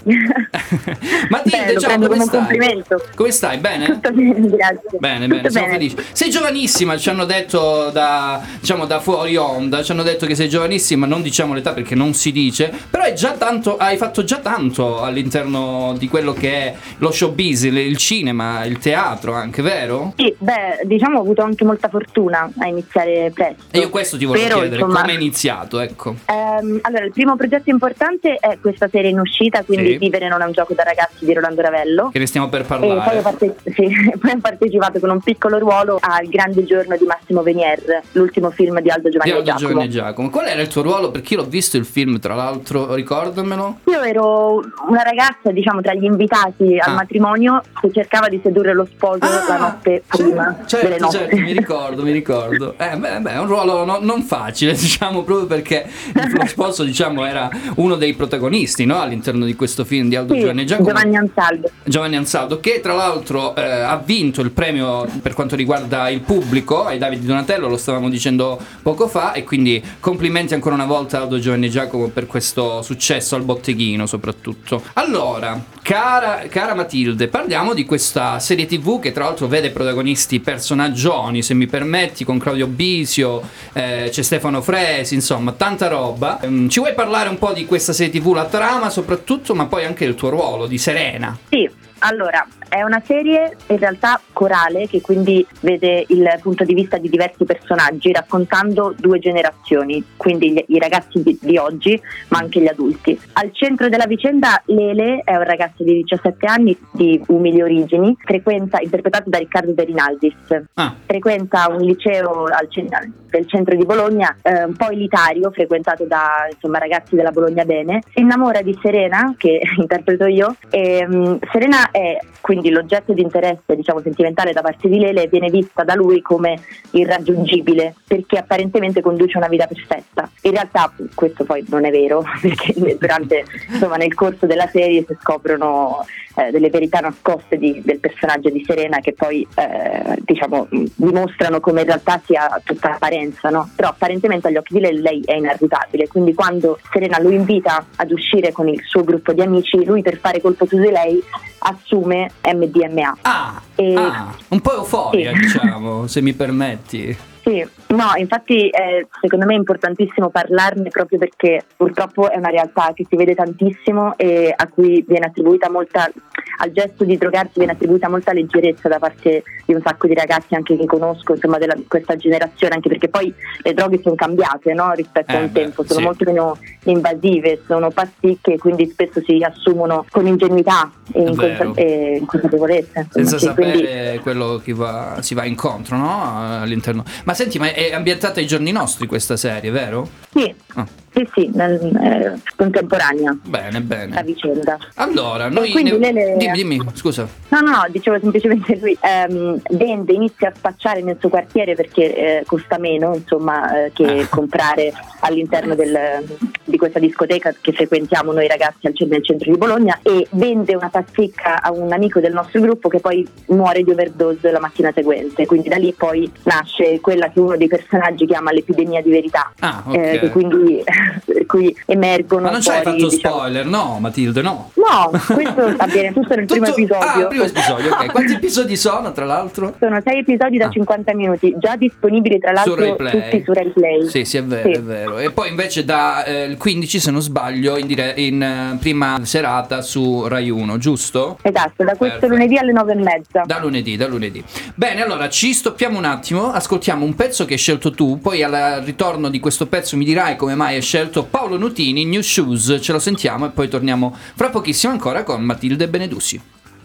Matilde, Beh, lo ciao, prendo come come un stai? complimento. Come stai? Bene? Tutto bene, grazie. Bene, Tutto bene, siamo bene. felici. Sei giovanissima, ci hanno detto da, diciamo, da fuori onda, ci hanno detto che sei giovanissima, non diciamo l'età perché non si dice, però hai già tanto, hai fatto già tanto all'interno di quello che è lo showbiz, il, il cinema, il teatro anche, vero? Sì, beh, diciamo ho avuto anche molta fortuna a iniziare presto. E io questo ti volevo Però, chiedere, insomma, come è iniziato, ecco. ehm, allora, il primo progetto importante è questa serie in uscita, quindi Sì. Vivere non è un gioco da ragazzi di Rolando Ravello. Che ne stiamo per E poi ho, parlare. parte- sì, poi ho partecipato con un piccolo ruolo al Grande Giorno di Massimo Venier, l'ultimo film di Aldo Giovanni Di e Aldo Giacomo. Giovanni e Giacomo. Qual era il tuo ruolo? Perché io l'ho visto il film, tra l'altro, ricordamelo. Io ero una ragazza, diciamo, tra gli invitati al Ah. matrimonio che cercava di sedurre lo sposo la notte prima delle Certo, nozze. certo, mi ricordo, mi ricordo. Eh, beh, beh, è un ruolo no- non facile, diciamo, proprio perché lo sposo, diciamo, era uno dei protagonisti, no? All'interno di questo film di Aldo Sì, Giovanni e Giacomo. Giovanni Ansaldo. Giovanni Ansaldo, che tra l'altro eh, ha vinto il premio per quanto riguarda il pubblico ai Davide di Donatello, lo stavamo dicendo poco fa, e quindi complimenti ancora una volta a Aldo Giovanni e Giacomo per questo successo al botteghino soprattutto. Allora, cara, cara Matilde, parliamo di questa serie tv che tra l'altro vede protagonisti personaggioni, se mi permetti, con Claudio Bisio, eh, c'è Stefano Fresi, insomma tanta roba. Ehm, ci vuoi parlare un po' di questa serie tv, la trama soprattutto, ma poi anche il tuo ruolo di Serena? Sì, allora, è una serie in realtà corale che quindi vede il punto di vista di diversi personaggi raccontando due generazioni, quindi gli- i ragazzi di, di oggi ma anche gli adulti. Al centro della vicenda Lele è un ragazzo di diciassette anni di umili origini, frequenta, interpretato da Riccardo De Rinaldis, Ah. frequenta un liceo al cen- del centro di Bologna, eh, un po' elitario, frequentato da insomma ragazzi della Bologna Bene. Si innamora di Serena, che interpreto io, e mm, Serena è quindi l'oggetto di interesse, diciamo, sentimentale da parte di Lele, e viene vista da lui come irraggiungibile perché apparentemente conduce una vita perfetta. In realtà questo poi non è vero, perché durante insomma nel corso della serie si scoprono eh, delle verità nascoste di- del personaggio di Serena che poi eh, diciamo mh, dimostrano come in realtà sia tutta apparenza, no? Però apparentemente agli occhi di lei lei è inarrivabile, quindi quando Serena lo invita ad uscire con il suo gruppo di amici, lui per fare colpo su di lei assume M D M A. Ah, E- ah, un po' euforia, Sì. diciamo, se mi permetti. Sì, no, infatti eh, secondo me è importantissimo parlarne proprio perché purtroppo è una realtà che si vede tantissimo e a cui viene attribuita molta, al gesto di drogarsi viene attribuita molta leggerezza da parte di un sacco di ragazzi anche che conosco, insomma, della questa generazione, anche perché poi le droghe sono cambiate, no, rispetto Eh, a un beh, tempo, sono sì. molto meno invasive, sono pasticche, quindi spesso si assumono con ingenuità e È vero. inconsa- e inconsapevolezza. insomma, Senza sì, sapere quindi- quello che va, si va incontro, no? All'interno. Ma senti, ma è ambientata ai giorni nostri questa serie, vero? Sì, Ah. sì, sì, nel- eh, contemporanea Bene, la bene. vicenda. Allora, noi. quindi ne- Lele- Dimmi, dimmi, scusa. No, no, no, dicevo semplicemente lui ehm, vende, inizia a spacciare nel suo quartiere perché eh, costa meno, insomma, eh, che Ah. comprare all'interno del, di questa discoteca che frequentiamo noi ragazzi al, nel centro di Bologna, e vende una pasticca a un amico del nostro gruppo che poi muore di overdose la mattina seguente, quindi da lì poi nasce quella che uno dei personaggi chiama l'epidemia di verità. Ah, ok. eh, che quindi per cui emergono Ma non ci hai fuori, fatto diciamo- spoiler, no, Matilde, no. No, questo avviene tutto nel primo Tutto- episodio. Ah, primo episodio, ok. Quanti episodi sono, tra l'altro? Sono sei episodi da Ah. cinquanta minuti, già disponibili tra Su l'altro Rai Play. tutti su Rai Play. Sì, sì, è vero, Sì. è vero. E poi invece da eh, il quindici, se non sbaglio, in, dire- in eh, prima serata su Rai uno, giusto? Esatto, da questo Perfetto. lunedì alle nove e mezza. Da lunedì, da lunedì. Bene, allora ci stoppiamo un attimo, ascoltiamo un pezzo che hai scelto tu, poi al ritorno di questo pezzo mi dirai come mai hai scelto Paolo Nutini, New Shoes, ce lo sentiamo e poi torniamo fra pochissimo ancora con Matilde Benedussi.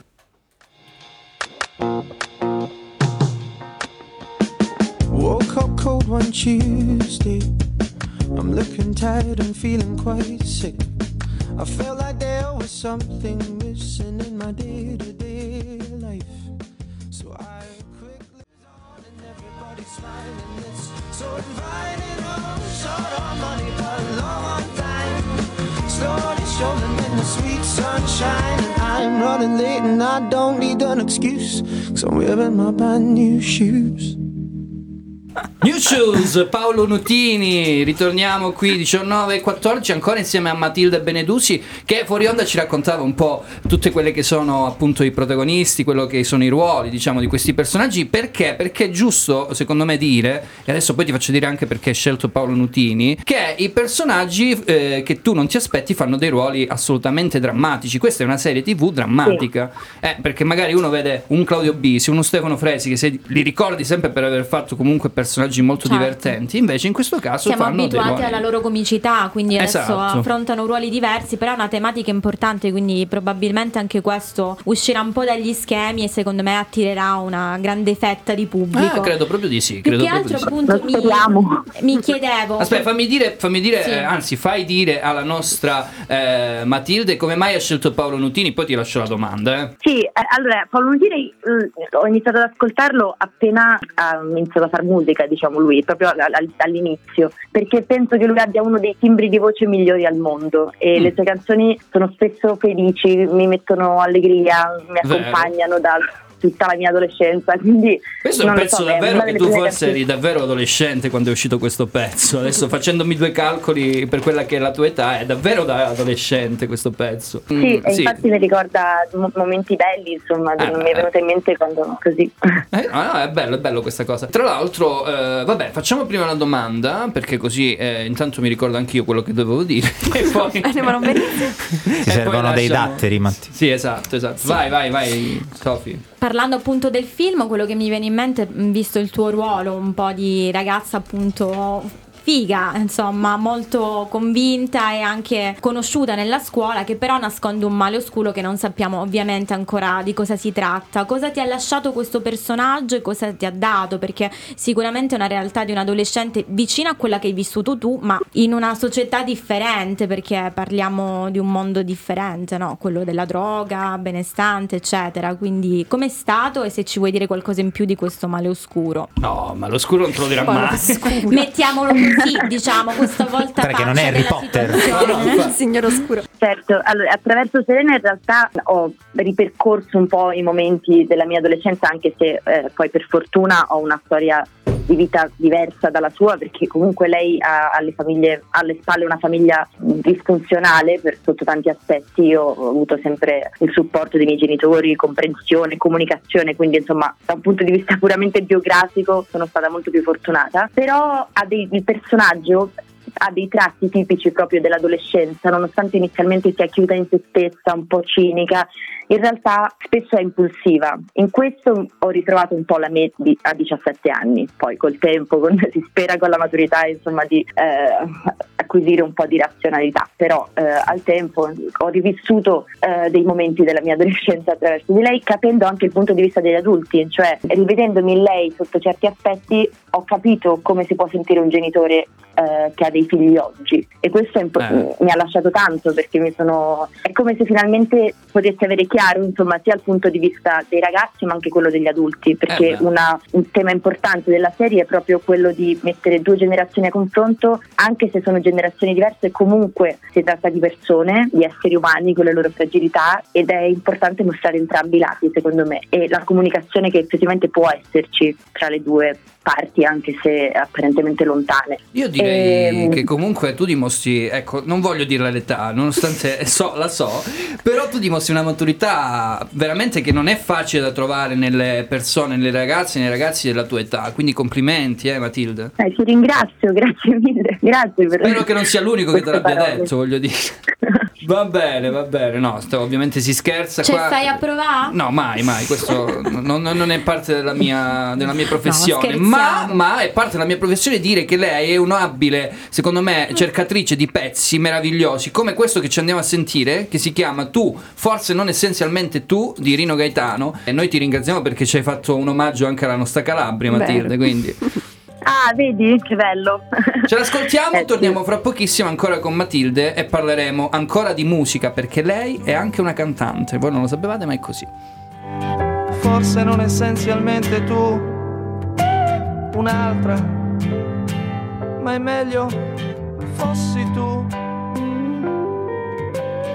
Woke up cold one Tuesday. I'm looking tired and feeling quite sick. I felt like there was something missing in my day-to-day life. So I quickly on and everybody's smiling. It's so inviting. Oh, short on money but long on time. Slowly strolling in the sweet sunshine, and I'm running late and I don't need an excuse, 'cause I'm wearing my brand new shoes. New Shoes, Paolo Nutini. Ritorniamo qui diciannove e quattordici ancora insieme a Matilde Benedusi, che fuori onda ci raccontava un po' tutte quelle che sono appunto i protagonisti, quello che sono i ruoli, diciamo, di questi personaggi. Perché? Perché è giusto, secondo me, dire, e adesso poi ti faccio dire anche perché hai scelto Paolo Nutini, che i personaggi eh, che tu non ti aspetti fanno dei ruoli assolutamente drammatici. Questa è una serie tivù drammatica, eh, perché magari uno vede un Claudio Bisi, uno Stefano Fresi, che se li ricordi sempre per aver fatto comunque personaggi molto Certo. divertenti, invece in questo caso siamo fanno dei abituati ruoli. alla loro comicità, quindi adesso Esatto. affrontano ruoli diversi, però è una tematica importante, quindi probabilmente anche questo uscirà un po' dagli schemi e secondo me attirerà una grande fetta di pubblico. Ah, credo proprio di sì. Più credo che proprio altro di sì. appunto mi, mi chiedevo. Aspetta, fammi dire, fammi dire Sì. eh, anzi, fai dire alla nostra eh, Matilde come mai ha scelto Paolo Nutini, poi ti lascio la domanda. Eh. Sì, eh, allora Paolo Nutini eh, ho iniziato ad ascoltarlo appena ha iniziato a fare musica, diciamo lui, proprio all- all- all'inizio, perché penso che lui abbia uno dei timbri di voce migliori al mondo e Mm. le sue canzoni sono spesso felici, mi mettono allegria, mi Vero. accompagnano da tutta la mia adolescenza, quindi Questo è un non lo pezzo so, è davvero una che delle tu prime forse canzoni- eri davvero adolescente quando è uscito questo pezzo. Adesso facendomi due calcoli per quella che è la tua età, è davvero da adolescente questo pezzo. Sì, Mm, e infatti mi ricorda mo- momenti belli, insomma, Eh, mi è venuto in mente quando così. Eh, no, no, è bello, è bello questa cosa. Tra l'altro, eh, vabbè, facciamo prima la domanda, perché così eh, intanto mi ricordo anch'io quello che dovevo dire. E poi Ma non benissimo. Ti servono dei datteri, Matti. Sì, esatto, esatto. Vai, vai, vai, Sofi. Parlando appunto del film, quello che mi viene in mente, mh, visto il tuo ruolo un po' di ragazza appunto figa, insomma, molto convinta e anche conosciuta nella scuola, che però nasconde un male oscuro che non sappiamo ovviamente ancora di cosa si tratta. Cosa ti ha lasciato questo personaggio e cosa ti ha dato? Perché sicuramente è una realtà di un adolescente vicina a quella che hai vissuto tu, ma in una società differente, perché parliamo di un mondo differente, no? Quello della droga, benestante, eccetera. Quindi com'è stato e se ci vuoi dire qualcosa in più di questo male oscuro? No, ma l'oscuro non te lo dirà mai. Mettiamolo così, diciamo, questa volta Perché non è Harry Potter. Il signor oscuro. Certo, allora, attraverso Serena in realtà ho ripercorso un po' i momenti della mia adolescenza, anche se eh, poi per fortuna ho una storia di vita diversa dalla sua, perché comunque lei ha alle famiglie alle spalle una famiglia disfunzionale per sotto tanti aspetti. Io ho avuto sempre il supporto dei miei genitori, comprensione, comunicazione, quindi insomma da un punto di vista puramente biografico sono stata molto più fortunata. Però ha dei, il personaggio ha dei tratti tipici proprio dell'adolescenza, nonostante inizialmente sia chiusa in se stessa, un po' cinica, in realtà spesso è impulsiva. In questo ho ritrovato un po' la me di, a diciassette anni, poi col tempo, con, si spera con la maturità insomma di eh, acquisire un po' di razionalità, però eh, al tempo ho rivissuto eh, dei momenti della mia adolescenza attraverso di lei, capendo anche il punto di vista degli adulti, cioè rivedendomi in lei sotto certi aspetti ho capito come si può sentire un genitore eh, che ha dei figli oggi, e questo è impo- Eh. mi ha lasciato tanto, perché mi sono è come se finalmente potessi avere chiaro insomma sia il punto di vista dei ragazzi ma anche quello degli adulti, perché Eh beh. una, un tema importante della serie è proprio quello di mettere due generazioni a confronto, anche se sono generazioni diverse, comunque si tratta di persone, di esseri umani con le loro fragilità, ed è importante mostrare entrambi i lati secondo me, e la comunicazione che effettivamente può esserci tra le due parti anche se apparentemente lontane. Io direi Ehm, che comunque tu dimostri, ecco, non voglio dire l'età, nonostante so, la so, però tu dimostri una maturità veramente che non è facile da trovare nelle persone, nelle ragazze, nei ragazzi della tua età, quindi complimenti, eh Matilde. Eh, ti ringrazio, grazie mille, grazie per Spero che non sia l'unico che te queste l'abbia parole. detto, voglio dire. Va bene, va bene, no, sto- ovviamente si scherza Cioè, qua. stai a provare? No, mai, mai, questo non, non è parte della mia, della mia professione, scherziamo. ma, ma è parte della mia professione dire che lei è un'abile, secondo me, cercatrice di pezzi meravigliosi, come questo che ci andiamo a sentire, che si chiama Tu, forse non essenzialmente tu, di Rino Gaetano, e noi ti ringraziamo perché ci hai fatto un omaggio anche alla nostra Calabria, Matilde, Beh. quindi Ah, vedi? Che bello. ce l'ascoltiamo, Eh, sì. torniamo fra pochissimo ancora con Matilde e parleremo ancora di musica, perché lei è anche una cantante, voi non lo sapevate ma è così. Forse non essenzialmente tu, un'altra, ma è meglio fossi tu.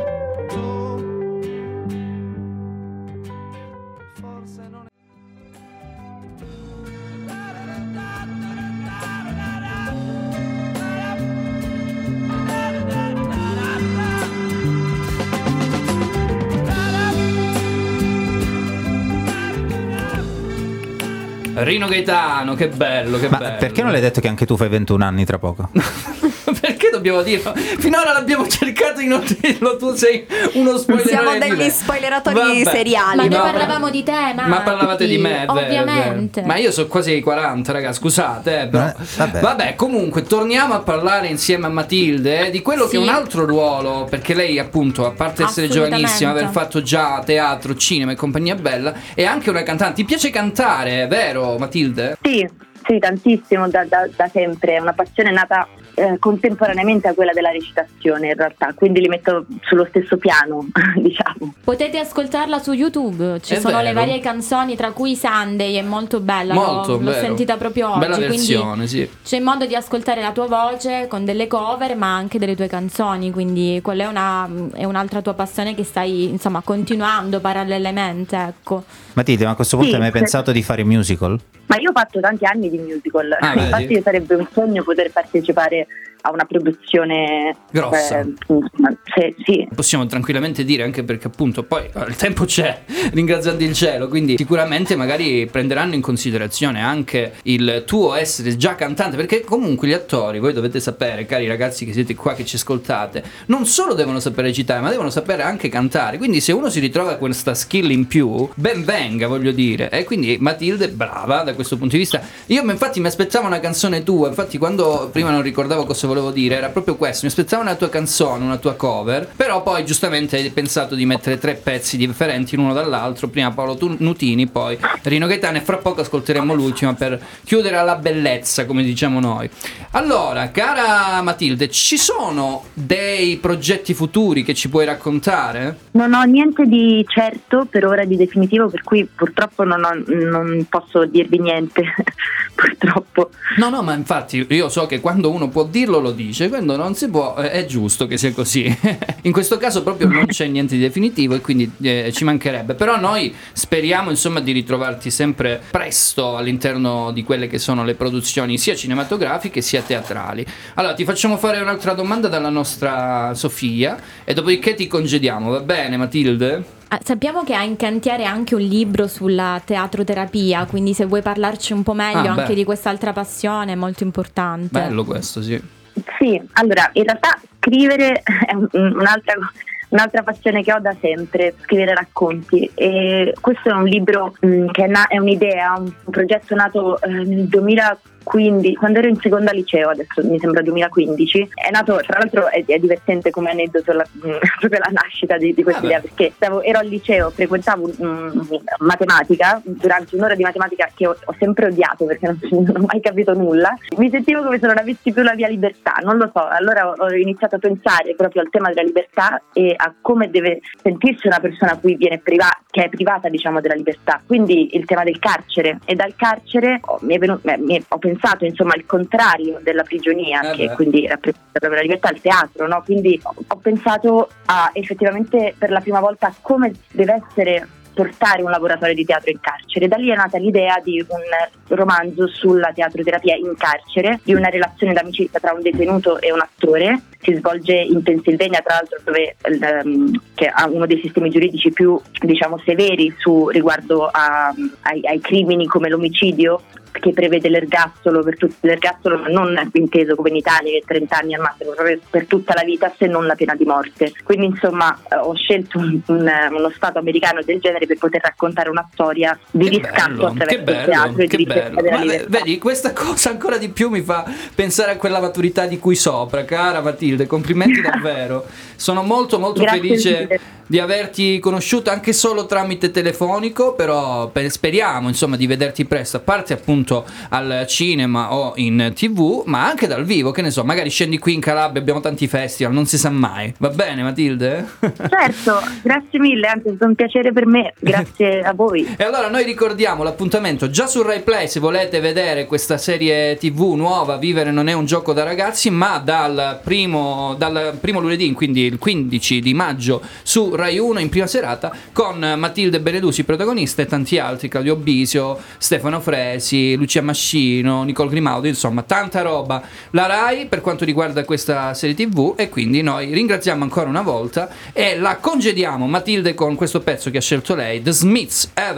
Rino Gaetano, che bello, che Ma bello. perché non l'hai detto che anche tu fai ventuno anni tra poco? Perché dobbiamo dirlo? Finora l'abbiamo cercato di non dirlo, tu sei uno spoiler. Siamo degli spoileratori seriali. Ma noi no, parlavamo di te, ma Ma parlavate di me, è vero, ovviamente. è vero. Ma io sono quasi ai quaranta, raga, scusate, eh, però. Eh, vabbè. Vabbè, comunque torniamo a parlare insieme a Matilde eh, di quello Sì. che è un altro ruolo, perché lei appunto, a parte essere Assolutamente. giovanissima, aver fatto già teatro, cinema e compagnia bella, è anche una cantante. Ti piace cantare, vero Matilde? Sì, sì, tantissimo, da, da- da sempre, è una passione nata eh, contemporaneamente a quella della recitazione in realtà, quindi li metto sullo stesso piano, diciamo. Potete ascoltarla su YouTube, ci È sono le vero. varie canzoni, tra cui Sunday, è molto bella, l'ho- Molto, l'ho, vero. sentita proprio oggi, Bella quindi versione, sì. c'è modo di ascoltare la tua voce con delle cover, ma anche delle tue canzoni, quindi quella è, una, è un'altra tua passione che stai, insomma, continuando parallelamente, ecco. Matilde, ma a questo punto Sì, hai mai sì. pensato di fare musical? Ma io ho fatto tanti anni di musical, Ah, vedi? infatti sarebbe un sogno poter partecipare a una produzione Grossa. eh, se- sì. Possiamo tranquillamente dire, anche perché appunto poi eh, il tempo c'è, ringraziando il cielo, quindi sicuramente magari prenderanno in considerazione anche il tuo essere già cantante, perché comunque gli attori, voi dovete sapere, cari ragazzi che siete qua, che ci ascoltate, non solo devono sapere recitare, ma devono sapere anche cantare, quindi se uno si ritrova con questa skill in più, ben venga, voglio dire. E quindi Matilde è brava da questo punto di vista. Io infatti mi aspettavo una canzone tua, infatti quando prima non ricordavo cosa volevo dire, era proprio questo, mi aspettavo una tua canzone, una tua cover, però poi giustamente hai pensato di mettere tre pezzi differenti l'uno dall'altro, prima Paolo Tu- Nutini, poi Rino Gaetano, e fra poco ascolteremo l'ultima per chiudere alla bellezza, come diciamo noi. Allora, cara Matilde, ci sono dei progetti futuri che ci puoi raccontare? Non ho niente di certo per ora, di definitivo, per cui purtroppo non, ho- non posso dirvi niente, purtroppo. No, no, ma infatti io so che quando uno può dirlo lo dice, quando non si può eh, è giusto che sia così. In questo caso proprio non c'è niente di definitivo e quindi eh, ci mancherebbe, però noi speriamo insomma di ritrovarti sempre presto all'interno di quelle che sono le produzioni sia cinematografiche sia teatrali. Allora ti facciamo fare un'altra domanda dalla nostra Sofia e dopodiché ti congediamo, va bene Matilde? Ah, sappiamo che ha in cantiere anche un libro sulla teatroterapia, quindi se vuoi parlarci un po' meglio Ah, beh. anche di quest'altra passione è molto importante. Bello questo, sì. Sì, allora in realtà scrivere è un- un'altra, un'altra passione che ho da sempre, scrivere racconti, e questo è un libro mh, che è, na- è un'idea, un, un progetto nato eh, nel duemilaquindici, quando ero in seconda liceo, adesso mi sembra duemilaquindici, è nato, tra l'altro è, è divertente come aneddoto la, mh, proprio la nascita di, di questa Ah, idea, beh. perché stavo, ero al liceo, frequentavo mh, matematica, durante un'ora di matematica che ho, ho sempre odiato perché non, non ho mai capito nulla, mi sentivo come se non avessi più la mia libertà, non lo so, allora ho, ho iniziato a pensare proprio al tema della libertà e a come deve sentirsi una persona a cui viene priva- che è privata, diciamo, della libertà, quindi il tema del carcere, e dal carcere ho, mi è venuto, eh, mi è- ho pensato insomma il contrario della prigionia, Eh che beh. quindi rappresenta proprio la libertà, il teatro, no? Quindi ho, ho pensato a effettivamente per la prima volta come deve essere portare un laboratorio di teatro in carcere. Da lì è nata l'idea di un romanzo sulla teatroterapia in carcere, di una relazione d'amicizia tra un detenuto e un attore. Si svolge in Pennsylvania, tra l'altro, dove ehm, che ha uno dei sistemi giuridici più, diciamo, severi su riguardo a- ai, ai crimini come l'omicidio, che prevede l'ergastolo per tutto l'ergastolo, ma non inteso come in Italia, che trenta anni al massimo, proprio per tutta la vita, se non la pena di morte. Quindi insomma eh, ho scelto un- un- uno stato americano del genere per poter raccontare una storia di Che riscatto bello, attraverso che il bello, teatro e che di ricerca bello. della Ma ve- libertà. vedi, questa cosa ancora di più mi fa pensare a quella maturità di cui sopra, cara Matilde, complimenti davvero. Sono molto molto Grazie felice mille. di averti conosciuto anche solo tramite telefonico, però per- speriamo insomma di vederti presto, a parte appunto al cinema o in tv, ma anche dal vivo, che ne so, magari scendi qui in Calabria, abbiamo tanti festival, non si sa mai. Va bene Matilde? Certo, grazie mille, anzi è stato un piacere per me, grazie a voi. E allora noi ricordiamo l'appuntamento già su Rai Play se volete vedere questa serie tv nuova, Vivere non è un gioco da ragazzi, ma dal primo, dal primo lunedì, quindi il quindici di maggio su Rai uno in prima serata, con Matilde Benedusi protagonista e tanti altri, Claudio Bisio, Stefano Fresi, Lucia Mascino, Nicole Grimaldi, insomma tanta roba. La Rai per quanto riguarda questa serie tv, e quindi noi ringraziamo ancora una volta e la congediamo Matilde con questo pezzo che ha scelto lei, The Smiths, Heaven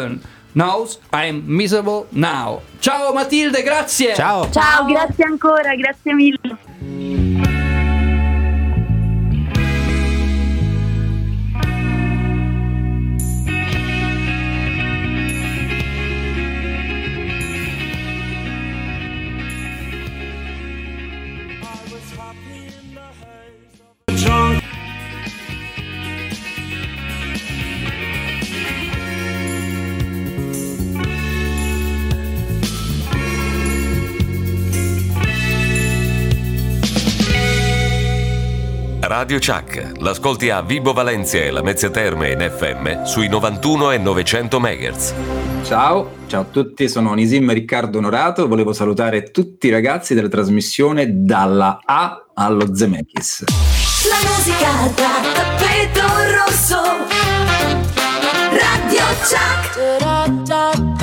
knows I'm miserable now. Ciao Matilde, grazie. Ciao. Ciao, grazie ancora, grazie mille. Radio Chuck, l'ascolti a Vibo Valencia e la Mezzia Terme in F M sui novantuno e novecento megahertz. Ciao, ciao a tutti, sono Onisim Riccardo Onorato, volevo salutare tutti i ragazzi della trasmissione dalla A allo Zemeckis. La musica da tappeto rosso. Radio Chuck.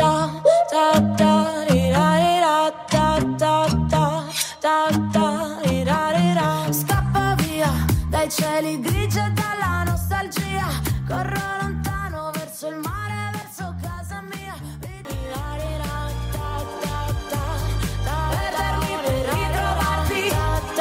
Scappa via dai cieli grigi e dalla nostalgia. Corro lontano verso il mare, verso casa mia. Perdermi per ritrovarti.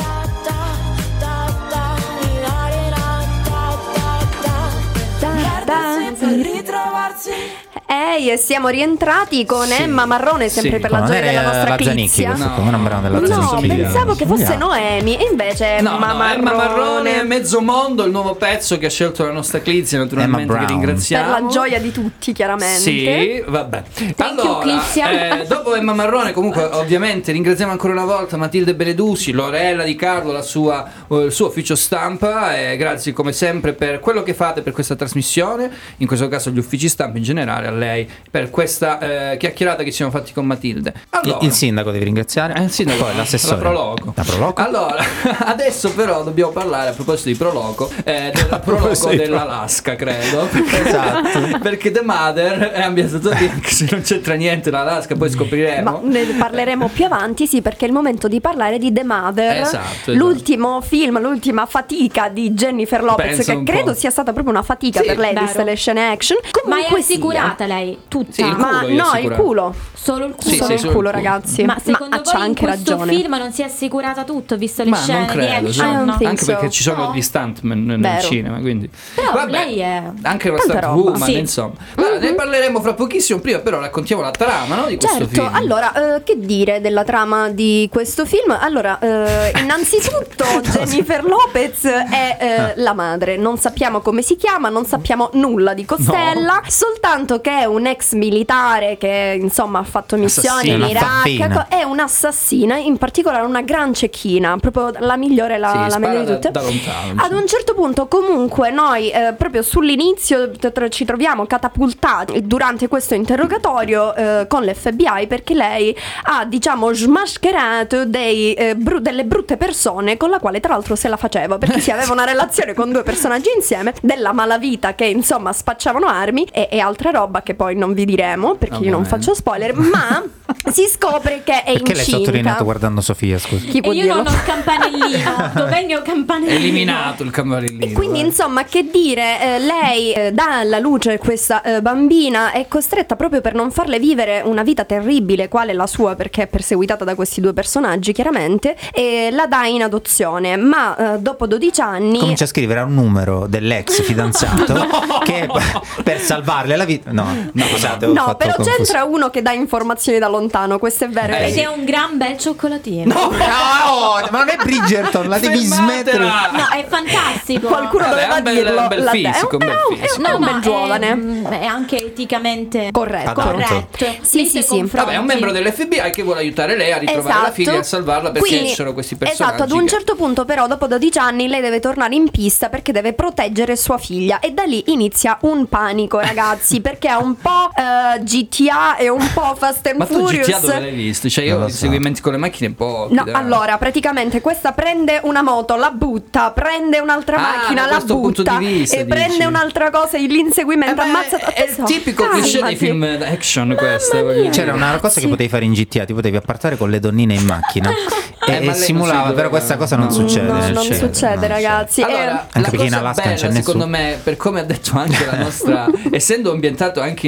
Per ritrovarsi. Ehi, e siamo rientrati con Emma Marrone, sempre Sì. per la Non gioia era della nostra la Zanicchi Clizia. questo qua, non è un brano della No, Zanicchi. pensavo che fosse Noemi, e invece No, Emma no, Marrone. Emma Marrone, Mezzo Mondo, il nuovo pezzo che ha scelto la nostra Clizia, naturalmente Emma che Brown. ringraziamo. Per la gioia di tutti, chiaramente. Sì, vabbè. you, Allora, Clizia. eh, dopo Emma Marrone, comunque, ovviamente ringraziamo ancora una volta Matilde Benedusi, Lorella Di Carlo, la sua, eh, il suo ufficio stampa, e grazie come sempre per quello che fate per questa trasmissione, in questo caso gli uffici stampa in generale, a lei per questa eh, chiacchierata che ci siamo fatti con Matilde. Allora, Il, il sindaco devi ringraziare. eh, il sindaco, Poi l'assessore. la Proloco. La Proloco. Allora, adesso però dobbiamo parlare a proposito di Proloco, eh, della Proloco di dell'Alaska, credo. Perché, Esatto. perché The Mother è ambientato lì, anche se non c'entra niente l'Alaska, poi scopriremo. Ma ne parleremo più avanti, sì, perché è il momento di parlare di The Mother, Esatto, esatto. l'ultimo film, l'ultima fatica di Jennifer Lopez, Pensa che un credo po'. sia stata proprio una fatica Sì, per lei, vero. vista le scene action. Ma è Comunque sia. assicurata lei? Tutta? Sì, il culo Ma è no, il assicurato. culo. Solo il culo? Sì, Solo sì, il solo culo, il culo. ragazzi. Ma secondo c'ha voi in anche questo ragione. film non si è assicurata tutto, visto le Ma scene non di credo, sì. action? I don't think Anche so. perché ci sono No. gli stuntman nel Vero. cinema, quindi Però vabbè, lei è... anche la Tanta roba. stuntwoman, Sì. insomma. Allora, ne parleremo fra pochissimo, prima però raccontiamo la trama, no, di questo Certo, film. allora, eh, che dire della trama di questo film? Allora, eh, innanzitutto Jennifer Lopez è eh, la madre, non sappiamo come si chiama, non sappiamo nulla di Costella, soltanto che è un ex militare che insomma ha fatto missioni in Assassina. Iraq, Un'affaffina. è un'assassina, in particolare una gran cecchina, proprio la migliore, la, Sì, la spara meglio di da- tutte. da lontano, Ad un certo punto comunque noi eh, proprio sull'inizio t- t- ci troviamo catapultati durante questo interrogatorio eh, con l'F B I, perché lei ha diciamo smascherato dei, eh, bru- delle brutte persone con la quale tra l'altro se la faceva, perché si aveva una relazione con due personaggi insieme della malavita che insomma spacciavano armi e, e altra roba che poi non vi diremo perché io non Ovviamente. faccio spoiler, ma si scopre che è Perché l'hai incinta. sottolineato guardando Sofia, scusa? Chi può E io dirlo? non ho il campanellino. Dov'è il mio campanellino? Eliminato il campanellino. Quindi eh. insomma, che dire, eh, lei eh, dà alla luce questa eh, bambina, è costretta proprio per non farle vivere una vita terribile quale la sua, perché è perseguitata da questi due personaggi chiaramente, e la dà in adozione, ma eh, dopo dodici anni Comincia a scrivere a un numero dell'ex fidanzato che per salvarle la vita. No, no, scusate, ho no, fatto però confusione. c'entra uno che dà informazioni da lontano, questo è vero. Eh, lei- Ed è un gran bel cioccolatino. No, no, ma non è Bridgerton, la devi smettere. Fermatela! No, è fantastico. Qualcuno Vabbè, doveva è un bel- dirlo. un bel la- fisico, un bel è un, è fisico. un, è un No, bel no, giovane. È, mm, è anche eticamente Corretto. Adatto. corretto. Sì, Nei sì, suoi sì. confronti. Vabbè, è un membro dell'F B I che vuole aiutare lei a ritrovare la Esatto. figlia e a salvarla perché Quindi, ci sono questi personaggi. Esatto, ad un che- certo punto però dopo dodici anni lei deve tornare in pista perché deve proteggere sua figlia e da lì inizia un panico, ragazzi, perché è un po' eh, G T A e un po' Fast and Ma tu G Furious. T A dove l'hai visto? Cioè io Non ho lo i so. seguimenti con le macchine pochi. No, dai. allora, praticamente questa prende una moto, la butta, prende un'altra Ah, macchina, da la questo punto butta di vista, e dici. prende un'altra cosa, l'inseguimento, Eh beh, ammazza. è il Adesso, tipico cliché dei calmati. film action questo. voglio dire. C'era una cosa che potevi fare in G T A, ti potevi appartare con le donnine in macchina Eh, e, ma lei e non si simulava, doveva- però questa cosa non no, succede. No, nel non cielo, succede, no. ragazzi. Allora, Eh, Anche la perché in cosa Alaska non bella, c'è nessuno. secondo me, per come ha detto anche la nostra, essendo ambientato anche in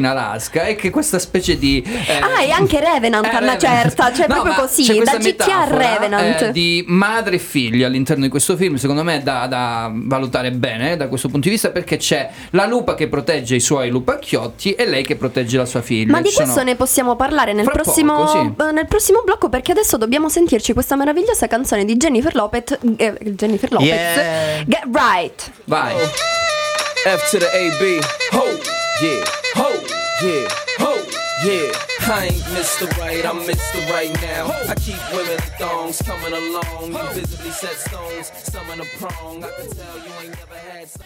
Alaska e che questa specie di eh, Ah, e anche Revenant eh, a una Revenant. certa, cioè No, proprio ma così, c'è questa da G T a metafora, Revenant. eh, di madre e figlia all'interno di questo film, secondo me da, da valutare bene da questo punto di vista, perché c'è la lupa che protegge i suoi lupacchiotti e lei che protegge la sua figlia. Ma di Ci questo sono- ne possiamo parlare nel Fra prossimo, poco, sì. eh, nel prossimo blocco, perché adesso dobbiamo sentirci questa meravigliosa canzone di Jennifer Lopez, eh, Jennifer Lopez, Yeah. Get Right. Vai. F to the A B. Ho, yeah, ho, yeah, ho, yeah. I ain't Mister Right, I'm Mister Right now. I keep women in thongs coming along. You visibly set stones, some in a prong. I can tell you ain't never had some.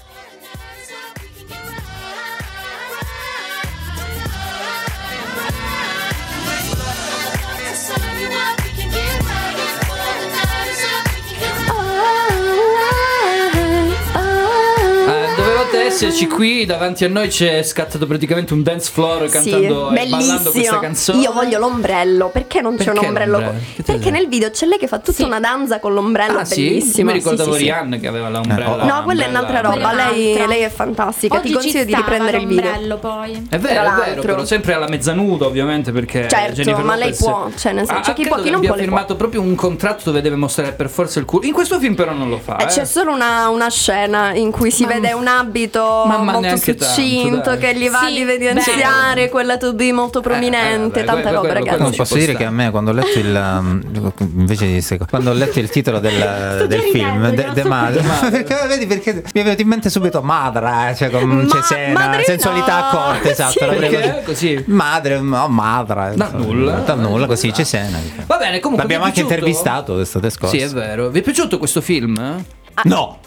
Eh, dovevate esserci qui davanti a noi, c'è scattato praticamente un dance floor cantando e ballando questa bellissimo. canzone. Io voglio l'ombrello. Perché non c'è Perché un ombrello? l'ombrello? Che te Perché nel video c'è lei che fa tutta una danza con l'ombrello, Ah sì? Io bellissima. mi ricordavo Sì, sì, sì. Rihanna che aveva l'ombrella. No, quella è un'altra roba. Quella è Lei, un'altra. lei è fantastica. Oggi Ti consiglio ci di stava riprendere il video. l'ombrello, poi. È vero, Tra è vero, l'altro. però sempre alla mezzanudo ovviamente, perché Certo, Jennifer ma lei Lopez- può, cioè, nel senso, Ah, chi credo può, chi che non abbia può, le firmato proprio un contratto dove deve mostrare per forza il culo. In questo film però non lo fa. E eh. c'è solo una, una scena in cui si Ma- vede un abito Ma- ma molto neanche tanto, succinto dai. che gli va Sì, di evidenziare quella to be molto prominente, eh, tante quello- robe, quello- ragazzi. Non posso dire che a me quando ho letto il um, invece di seco- quando ho letto il titolo del, del film ridendo, de, non de so Madre, perché. perché vedi perché mi è venuto in mente subito Madra, cioè con Ma- Cesena, madre sensualità no. accorta, esatto, Sì. l'avrei Perché? così. Così. Madre, no, Madra. Da nulla. Da nulla, così Cesena. Va bene, comunque L'abbiamo vi è anche piaciuto? intervistato l'estate scorsa. Sì, è vero. Vi è piaciuto questo film? No.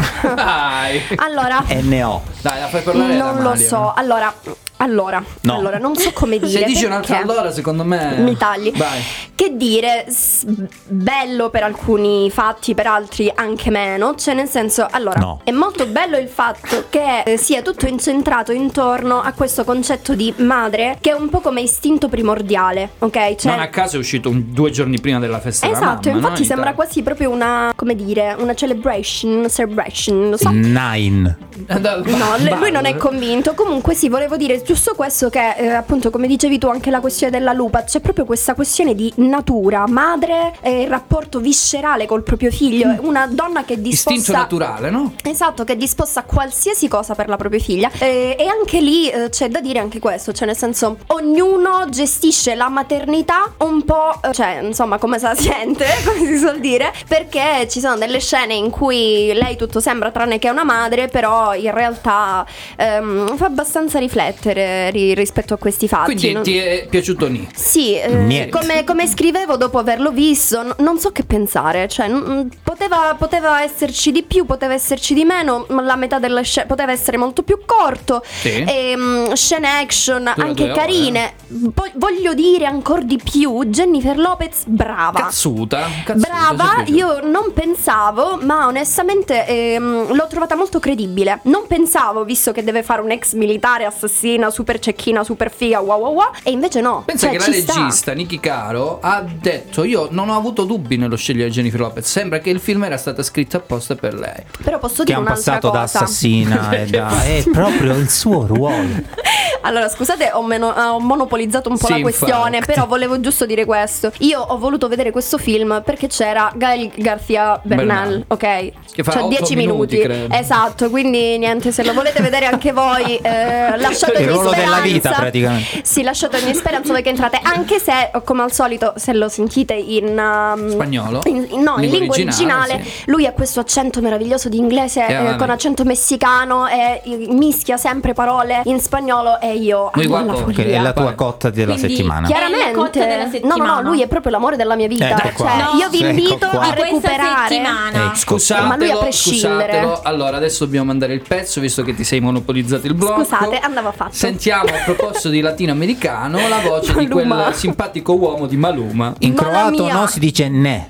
Dai. Allora, N O. Dai, la fai parlare non la lo Malia. so. Allora, allora, No. allora, non so come dire. Se dici un'altra perché- allora, secondo me Mi tagli. Vai. Che dire, s- bello per alcuni fatti, per altri anche meno. Cioè, nel senso, allora, No. è molto bello il fatto che eh, sia tutto incentrato intorno a questo concetto di madre, che è un po' come istinto primordiale, ok? Cioè, Non a caso è uscito un- due giorni prima della festa della esatto, mamma, infatti no? sembra quasi proprio una, come dire, una celebration, celebration, lo so. Nine. No, le- lui non è convinto. Comunque sì, volevo dire giusto questo, che eh, appunto, come dicevi tu, anche la questione della lupa, c'è proprio questa questione di natura, madre e il rapporto viscerale col proprio figlio, una donna che è disposta, Istinto naturale, no? esatto, che è disposta a qualsiasi cosa per la propria figlia. Eh, e anche lì eh, c'è da dire anche questo, cioè nel senso, ognuno gestisce la maternità un po', eh, cioè insomma come se la sente, come si suol dire, perché ci sono delle scene in cui lei tutto sembra tranne che è una madre, però in realtà ehm, fa abbastanza riflettere ri- rispetto a questi fatti. Quindi Non- ti è piaciuto Ni? sì, eh, Niente. come, come scrivevo dopo averlo visto, n- non so che pensare. Cioè, n- poteva, poteva esserci di più, poteva esserci di meno. ma La metà delle scene poteva essere molto più corto. Sì. E, mm, scene action Dura anche due ore. carine. Poi voglio dire ancora di più: Jennifer Lopez, brava. Cazzuta, cazzuta Brava, sì, io non pensavo, ma onestamente ehm, l'ho trovata molto credibile. Non pensavo, visto che deve fare un ex militare assassina, super cecchina, super figa, wow wow wow. E invece no. Pensa Cioè, che la ci sta. regista Niki Caro ha detto: io non ho avuto dubbi nello scegliere Jennifer Lopez, sembra che il film era stato scritto apposta per lei. Però posso Che dire ha un un'altra passato da cosa. assassina e da, è proprio il suo ruolo. Allora, scusate, ho, meno- ho monopolizzato un po' Sì, la questione, infatti. però volevo giusto dire questo. Io ho voluto vedere questo film perché c'era Gael García Bernal, Bernal. ok? Che fa Cioè otto dieci minuti, minuti. credo. Esatto, quindi niente, se lo volete vedere anche voi, eh, lasciatemi Il ruolo speranza. della vita, praticamente. Sì, lasciatemi speranza voi che entrate, anche se, come al solito, se lo sentite in um, Spagnolo? in- in- no, in lingua originale, originale, sì. lui ha questo accento meraviglioso di inglese Che eh, ama. con accento messicano e eh, mischia sempre parole in spagnolo e io Muy amo la guapo. follia. Che è la tua cotta della Quindi, settimana. chiaro- È la cotta della Chiaramente, no, no, no, settimana. lui è proprio l'amore della mia vita. Ecco qua. Cioè, No. io vi Ecco invito qua. a Di questa recuperare. settimana. Eh, Scusatelo, Ma lui a prescindere. scusatelo. Allora, adesso dobbiamo mandare il pezzo, visto che ti sei monopolizzato il blocco. Scusate, andava fatto. Sentiamo a proposito di latinoamericano la voce di Maluma. quel simpatico uomo di Maluma. In Mala croato mia. no si dice ne.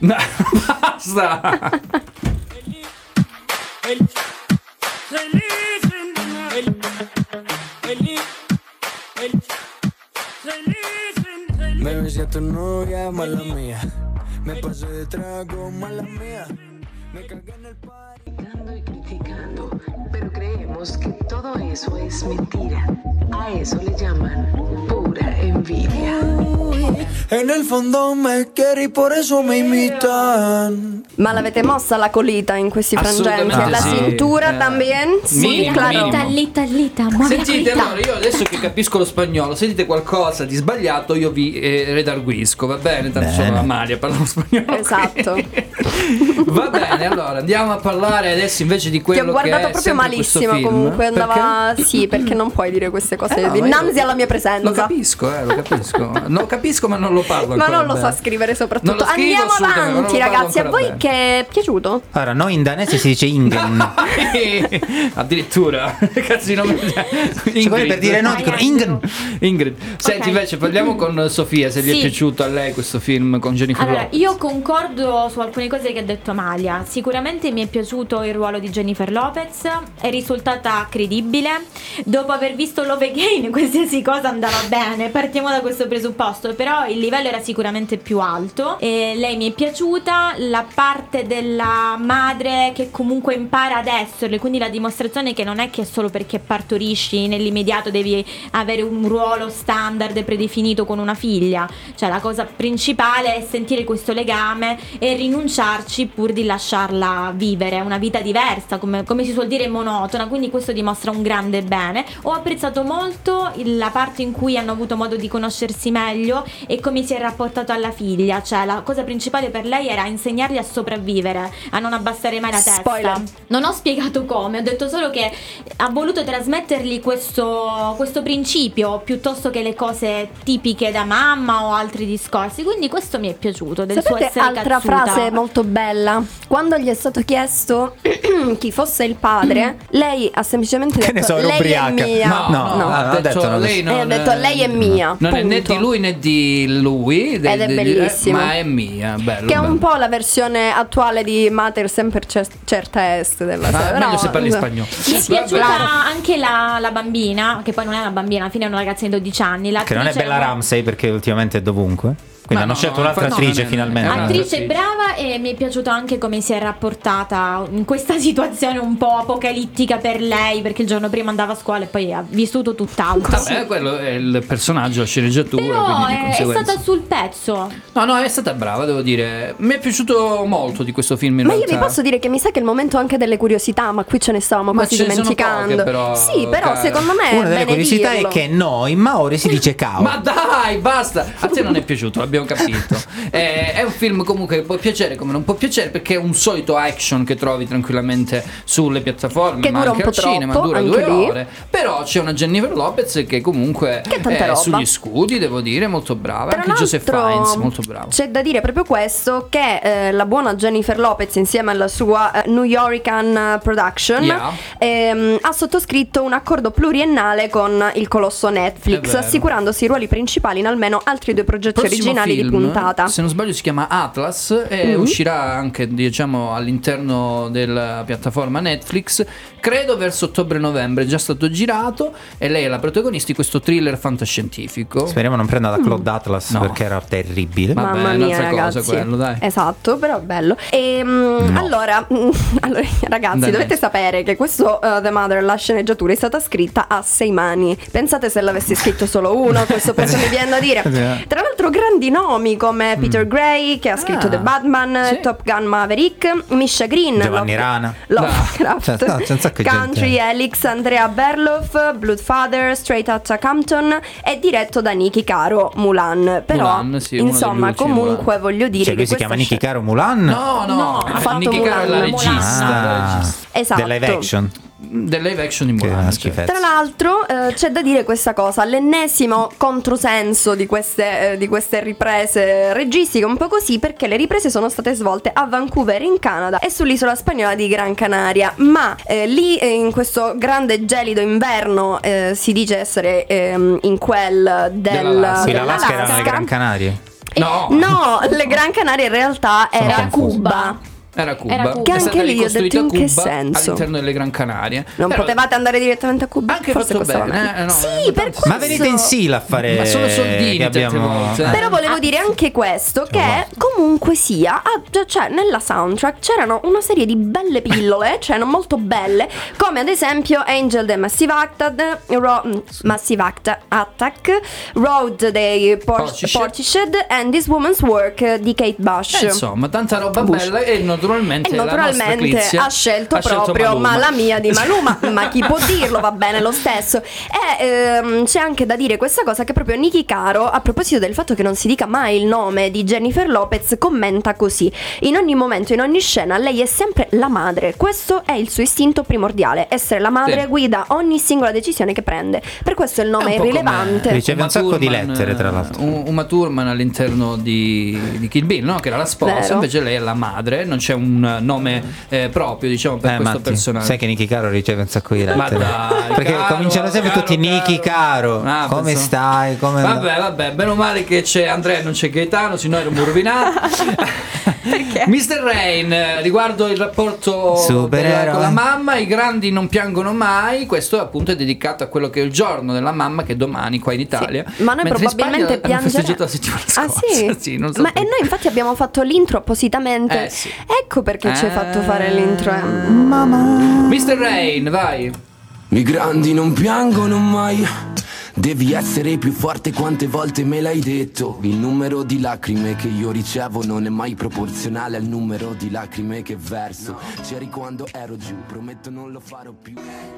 Basta. Baby, si es tu novia, mala mía. Me pasé de trago, mala mía. Me cagué en el party. y criticando, pero creemos sabemos que todo eso es mentira. A eso le llaman pura envidia. En el fondo me quiere y por eso me imitan. Ma l'avete mossa la colita in questi frangenti? Assolutamente La sì. cintura Eh. también? Minimo, claro. minimo. Lita, lita, muove la Sentite, colita. allora io adesso che capisco lo spagnolo, se dite qualcosa di sbagliato io vi eh, redarguisco, va bene? Tanto Bene. sono Amalia, parlo spagnolo. Esatto. Va bene, allora andiamo a parlare adesso invece di Ti quello ho guardato che è proprio sempre questo malissimo film. comunque andava Perché? sì perché non puoi dire queste cose Eh no, ma io- dinanzi alla mia presenza. Lo capisco, eh, lo capisco. Lo capisco, ma non lo parlo Ma ancora non lo bene. sa scrivere soprattutto. Non lo scrivo Andiamo assolutamente, ma non avanti lo parlo ragazzi, a ancora voi bene. che è piaciuto? Allora, noi in danese si dice ingen. Addirittura cazzo di nome Ci vuole per dire no, dicono ingen. Ingrid. Senti, Ok. invece parliamo con Sofia, se gli è Sì. piaciuto a lei questo film con Jennifer Allora, Lopez. io concordo su alcune cose che ha detto Amalia. Sicuramente mi è piaciuto il ruolo di Jennifer Lopez, è risultata credibile. Dopo aver visto Love Again, qualsiasi cosa andava bene, partiamo da questo presupposto, però il livello era sicuramente più alto e lei mi è piaciuta. La parte della madre che comunque impara ad esserlo, quindi la dimostrazione che non è che solo perché partorisci nell'immediato devi avere un ruolo standard predefinito con una figlia, cioè la cosa principale è sentire questo legame e rinunciarci pur di lasciarla vivere una vita diversa, come, come si suol dire monotona, quindi questo dimostra un grande bene. Ho apprezzato molto il- la parte in cui hanno avuto modo di conoscersi meglio e come si è rapportato alla figlia, cioè la cosa principale per lei era insegnargli a sopravvivere, a non abbassare mai la testa. Spoiler. Non ho spiegato come, ho detto solo che ha voluto trasmettergli questo, questo principio piuttosto che le cose tipiche da mamma o altri discorsi, quindi questo mi è piaciuto del suo Sapete essere altra cazzuta. frase molto bella? Quando gli è stato chiesto chi fosse il padre, lei ha semplicemente Che detto ne so, era lei è ubriaca. mia. No, no, No, ha ha detto, detto una lei cosa. non, E ha detto, lei è mia, Non è né punto. di lui né di lui de- Ed è de- bellissimo. eh, ma è mia, bello, Che è bello. un po' la versione attuale di Mater sempre cer- certa est della Ah, serie. meglio però- se parli spagnolo. Mi è Vabbè. piaciuta anche la, la bambina, che poi non è una bambina, alla fine è una ragazza di dodici anni. Che non è l'attrice Bella Ramsey perché ultimamente è dovunque. Quindi Ma hanno no, scelto un'altra infatti attrice non è- finalmente. è una- Attrice sì. brava, e mi è piaciuto anche come si è rapportata in questa situazione un po' apocalittica per lei, perché il giorno prima andava a scuola e poi ha vissuto tutt'altro. Vabbè, quello è il personaggio, la sceneggiatura, Però quindi di è, è conseguenza. stata sul pezzo. No, no, è stata brava, devo dire. Mi è piaciuto molto di questo film in Ma io realtà. vi posso dire che mi sa che è il momento anche delle curiosità, ma qui ce ne stavamo Ma quasi ce ne sono dimenticando. poche, però, sì, però cara. secondo me Una è delle bene curiosità dirlo. è che noi in Maori si dice cao. Ma dai, basta! A te non è piaciuto, l'abbiamo capito. Eh, è un film comunque che può piacere come non può piacere, perché è un solito action che trovi tranquillamente sulle piattaforme, Che ma dura anche un al po' cinema, troppo, dura anche due lì. ore. Però c'è una Jennifer Lopez che comunque Che tanta è roba. sugli scudi, devo dire, molto brava. Tra Anche Joseph l'altro, Fiennes, molto bravo. C'è da dire proprio questo, che eh, la buona Jennifer Lopez insieme alla sua eh, New Yorican Production Yeah. ehm, ha sottoscritto un accordo pluriennale con il colosso È Netflix, vero. assicurandosi i ruoli principali in almeno altri due progetti Prossimo originali film, di puntata. se non sbaglio si chiama Atlas e Mhm. uscirà anche, diciamo, all'interno della piattaforma Netflix, credo verso ottobre-novembre. È già stato girato e lei è la protagonista di questo thriller fantascientifico. Speriamo non prenda da Claude Atlas No. perché era terribile. Ma- Vabbè, Mamma è mia, un'altra cosa ragazzi. quello, dai. Esatto, però bello. E, mm, No. allora, mm, allora, ragazzi, Dai, dovete dai. sapere che questo uh, The Mother, la sceneggiatura, è stata scritta a sei mani. Pensate se l'avessi scritto solo uno, questo proprio mi viene da dire. Sì. Tra l'altro grandi nomi come Peter Gray, che ha scritto Ah, The Batman, sì. Top Gun Maverick, Misha Green, Giovanni Love- Rana. Lovecraft, Cioè, no, c'è un sacco di Country gente. Helix, Andrea Berloff, Bloodfather, Straight Outta Compton, è diretto da Nicky Caro, Mulan. Però, Mulan, sì, uno degli insomma, ultimi comunque Mulan. voglio dire Cioè lui che si chiama questa Nicky Caro Mulan? No, no, No, ha fatto Nicky Caro è la Mulan. regista. Ah, Esatto. del live action. Del live action di Che è Mulan. una cioè. schifezza. Tra l'altro eh, c'è da dire questa cosa, l'ennesimo controsenso di queste, eh, di queste riprese registiche, un po' così, perché le riprese sono state svolte a Vancouver in Canada e sull'isola spagnola di Gran Canaria, ma eh, lì eh, in questo grande gelido inverno eh, si dice essere ehm, in quel del, Dell'Alaska. Sì, l'Alaska erano le dell'Alaska. Gran Canarie. Eh, No. no, le Gran Canarie in realtà Sono era confuso. Cuba. Era Cuba. Era Cuba. Che È anche stata lì ho detto ricostruita in che Cuba senso? all'interno delle Gran Canarie. Non Però- potevate andare direttamente a Cuba? Anche Forse fatto costava bene, meglio. eh, no, Sì, eh, per tanto- questo. Ma venite in Sila a fare. Ma sono soldini che certe abbiamo- volte, eh. Però volevo dire anche questo, che comunque sia, ah, già- cioè nella soundtrack c'erano una serie di belle pillole, cioè non molto belle, come ad esempio Angel the Massive Attack, Ro- mm, Massive Act- Attack, Road dei Por- Portishead. Portishead and This Woman's Work di Kate Bush. Eh, insomma, tanta roba Bush. bella e naturalmente, E la nostra naturalmente Clizia ha scelto ha scelto proprio Maluma. ma la mia di Maluma, ma chi può dirlo, va bene lo stesso. E ehm, c'è anche da dire questa cosa, che proprio Niki Caro, a proposito del fatto che non si dica mai il nome di Jennifer Lopez, commenta così: in ogni momento, in ogni scena lei è sempre la madre, questo è il suo istinto primordiale, essere la madre, Sì. guida ogni singola decisione che prende, per questo il nome è un po' irrilevante. Riceve un sacco di Thurman, lettere, tra l'altro. Un- Uma Thurman all'interno di, di Kill Bill, no? Che era la sposa, Vero. invece lei è la madre, non c'è un nome eh, proprio, diciamo, per Eh, questo Matti, personaggio. sai che Niki Caro riceve un sacco di Ma lettere? dai, Perché caro, cominciano sempre caro, tutti Niki Caro. Ah, come penso- stai? Come Vabbè, vabbè, bene o male che c'è Andrea e non c'è Gaetano, se no ero rovinato. Perché? mister Rain, eh, riguardo il rapporto Supereroe. della- con la mamma, i grandi non piangono mai. Questo appunto è dedicato a quello che è il giorno della mamma, che è domani qua in Italia. Ma noi Mentre in probabilmente Spagna hanno piangeremo. festeggiato la settimana Ah scorsa. sì? non so Ma e perché. noi infatti abbiamo fatto l'intro appositamente. Eh, sì. Ecco perché ci hai Eh. fatto fare l'intro. eh. mister Rain, vai. I grandi non piangono mai. Devi essere più forte, quante volte me l'hai detto. Il numero di lacrime che io ricevo non è mai proporzionale al numero di lacrime che verso. C'eri quando ero giù, prometto non lo farò più.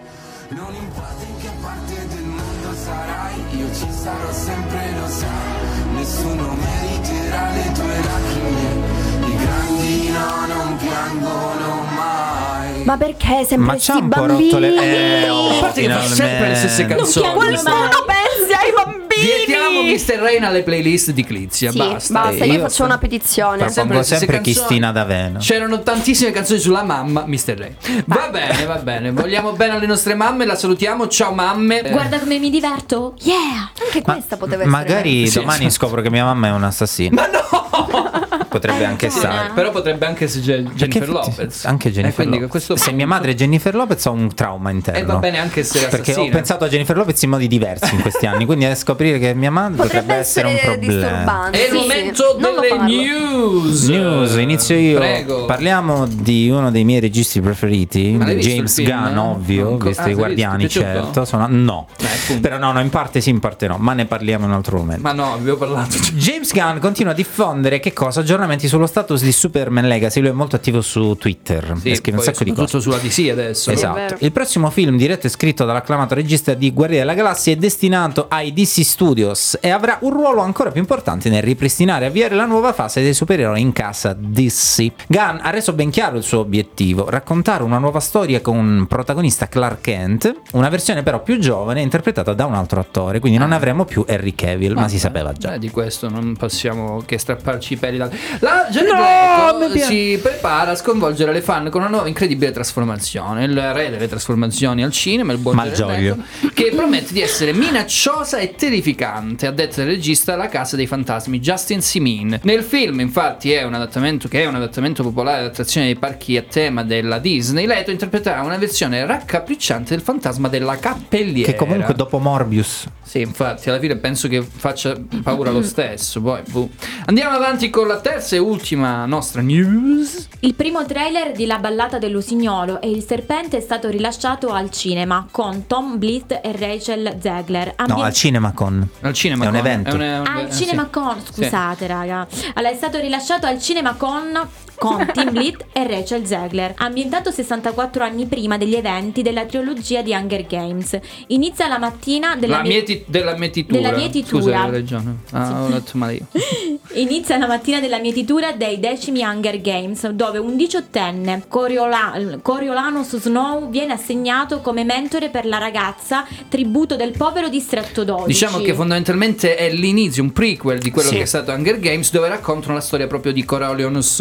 Non importa in che parte del mondo sarai, io ci sarò sempre, lo sai. Nessuno meriterà le tue lacrime. I grandi no, non piangono mai. Ma perché sempre Ma c'ha sti un po' bambini? rotto le- eh, oh, A parte che fa sempre le stesse finalmente. canzoni. Non qualcuno pensi ai bambini. Vietiamo mister Rain alle playlist di Clizia. Sì, basta. basta, io faccio una petizione. sempre le Propongo stesse sempre canzoni. Cristina D'Avena. C'erano tantissime canzoni sulla mamma, mister Rain. Va bene, va bene. Vogliamo bene alle nostre mamme, la salutiamo. Ciao mamme. Guarda come mi diverto. Yeah! Anche questa poteva essere. Magari Sì, domani sì. scopro che mia mamma è un assassino. Ma no! Potrebbe anche Sì, stare. però potrebbe anche essere Gen- Jennifer Perché- Lopez. Anche Jennifer E quindi Lopez. questo Se mia madre è Jennifer Lopez ho un trauma interno. E va bene anche essere Perché assassina. ho pensato a Jennifer Lopez in modi diversi in questi anni. Quindi a scoprire che mia madre potrebbe, essere un problema. disturbante. È il Sì, momento non lo delle farlo. news. News, inizio io. Prego. Parliamo di uno dei miei registi preferiti, Ma l'hai visto James il film? Gunn, ovvio, No, visto ah, i l'hai Guardiani, visto? Ti è piaciuto? certo. Sono, no, Eh, appunto. però no, no, in parte sì, in parte no, ma ne parliamo in un altro momento. Ma no, abbiamo parlato. James Gunn continua a diffondere che cosa? Aggiornamenti sullo status di Superman Legacy. Lui è molto attivo su Twitter Sì, e scrive un poi sacco di cose. soprattutto sulla D C adesso. Esatto. Il prossimo film diretto e scritto dall'acclamato regista di Guerrieri della Galassia è destinato ai D C Studios e avrà un ruolo ancora più importante nel ripristinare e avviare la nuova fase dei supereroi in casa D C. Gunn ha reso ben chiaro il suo obiettivo: raccontare una nuova storia con un protagonista Clark Kent, una versione però più giovane interpretata da un altro attore, quindi non avremo più Henry Cavill, ma si sapeva già. Eh, di questo non possiamo che strapparci i peli da... La Jared No, mi Leto piace. si prepara a sconvolgere le fan con una nuova incredibile trasformazione. Il re delle trasformazioni al cinema, il buon Jared Malgioglio. Leto, che promette di essere minacciosa e terrificante, a detta del regista La Casa dei Fantasmi Justin Simien. Nel film, infatti, è un adattamento che è un adattamento popolare all'attrazione dei parchi a tema della Disney. Leto interpreterà una versione raccapricciante del fantasma della cappelliera. Che comunque dopo Morbius. Sì, infatti, alla fine penso che faccia paura lo stesso. Poi, boh. Andiamo avanti con la terza e ultima nostra news. Il primo trailer di La ballata dell'usignolo e il serpente è stato rilasciato al cinema con Tom Blyth e Rachel Zegler. No, Ambien- al CinemaCon. Al cinema È un con- evento. è un- è un- Al eh, sì. CinemaCon, scusate raga. Allora, è stato rilasciato al CinemaCon con Tim Blyth e Rachel Zegler, ambientato sessantaquattro anni prima degli eventi della trilogia di Hunger Games. Inizia la mattina della La mie- mieti- della mietitura. della mietitura. Scusa, hai ragione. Ah, ho detto male io. Inizia la mattina della mietitura dei decimi Hunger Games, dove un diciottenne, Coriola- Coriolanus Snow, viene assegnato come mentore per la ragazza, tributo del povero distretto dodici. Diciamo che fondamentalmente è l'inizio, un prequel di quello Sì. che è stato Hunger Games, dove raccontano la storia proprio di Coriolanus Snow,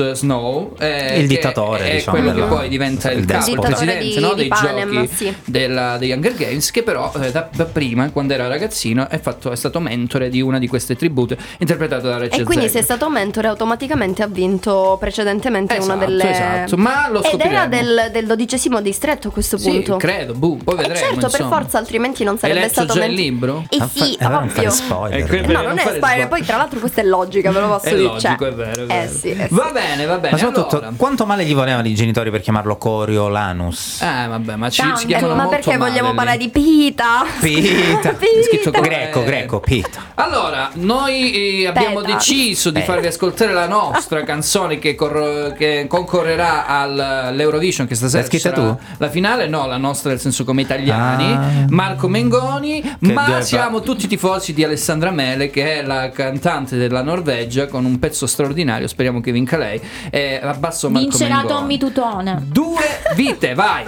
Snow, eh, Il che dittatore, è diciamo, quello della- che poi diventa il il capo despota. presidente, Di- no, di dei Panem, giochi sì. della- degli Hunger Games, che però eh, da, da prima, quando era ragazzino, è, fatto, è stato mentore di una di queste tribute, interpretato da Rachel E quindi Zegler. sei stato mentore, automaticamente ha vinto precedentemente una Esatto, delle... esatto, ma lo Ed era scopriremo. del, del dodicesimo distretto a questo Sì, punto. credo, boh, poi E vedremo. certo, per insomma. forza, altrimenti non Hai sarebbe letto stato già il menti- libro? Eh sì, ovvio. Eh, que- No, non è fare spoiler, poi tra l'altro questa è logica, ve lo posso È dire. logico, cioè. è vero, è Eh vero. sì, eh sì. Va bene, va bene. Ma soprattutto, allora. quanto male gli volevano i genitori per chiamarlo Coriolanus? Eh, vabbè, ma ci, Tanto. si chiamano Eh, ma molto perché male vogliamo lì. parlare di Pita? Pita. Scritto con- Greco, eh. greco, Pita. Allora, noi eh, abbiamo Peta. deciso di Eh. farvi ascoltare la nostra canzone che, cor- che concorrerà al- all'Eurovision, che stasera L'hai scritta sarà tu? la finale, no, la nostra nel senso come italiani, Ah. Marco Mengoni, ma due fa- siamo tutti tifosi di Alessandra Mele, che è la cantante della Norvegia, con un pezzo straordinario, speriamo che vinca lei, e abbasso Marco Vincerà Mengoni. Tommy Tutone. Due vite, vai!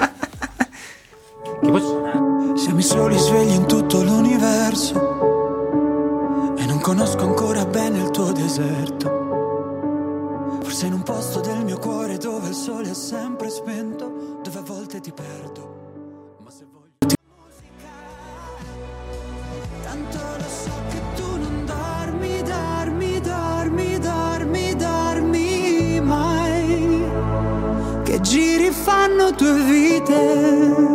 Siamo i soli svegli in tutto l'universo e non conosco ancora bene il tuo deserto. Forse in un posto del mio cuore dove il sole è sempre spento, dove a volte ti perdo, ma se voglio ti tanto lo so che tu non dormi, dormi, dormi, dormi, dormi mai, che giri fanno due vite.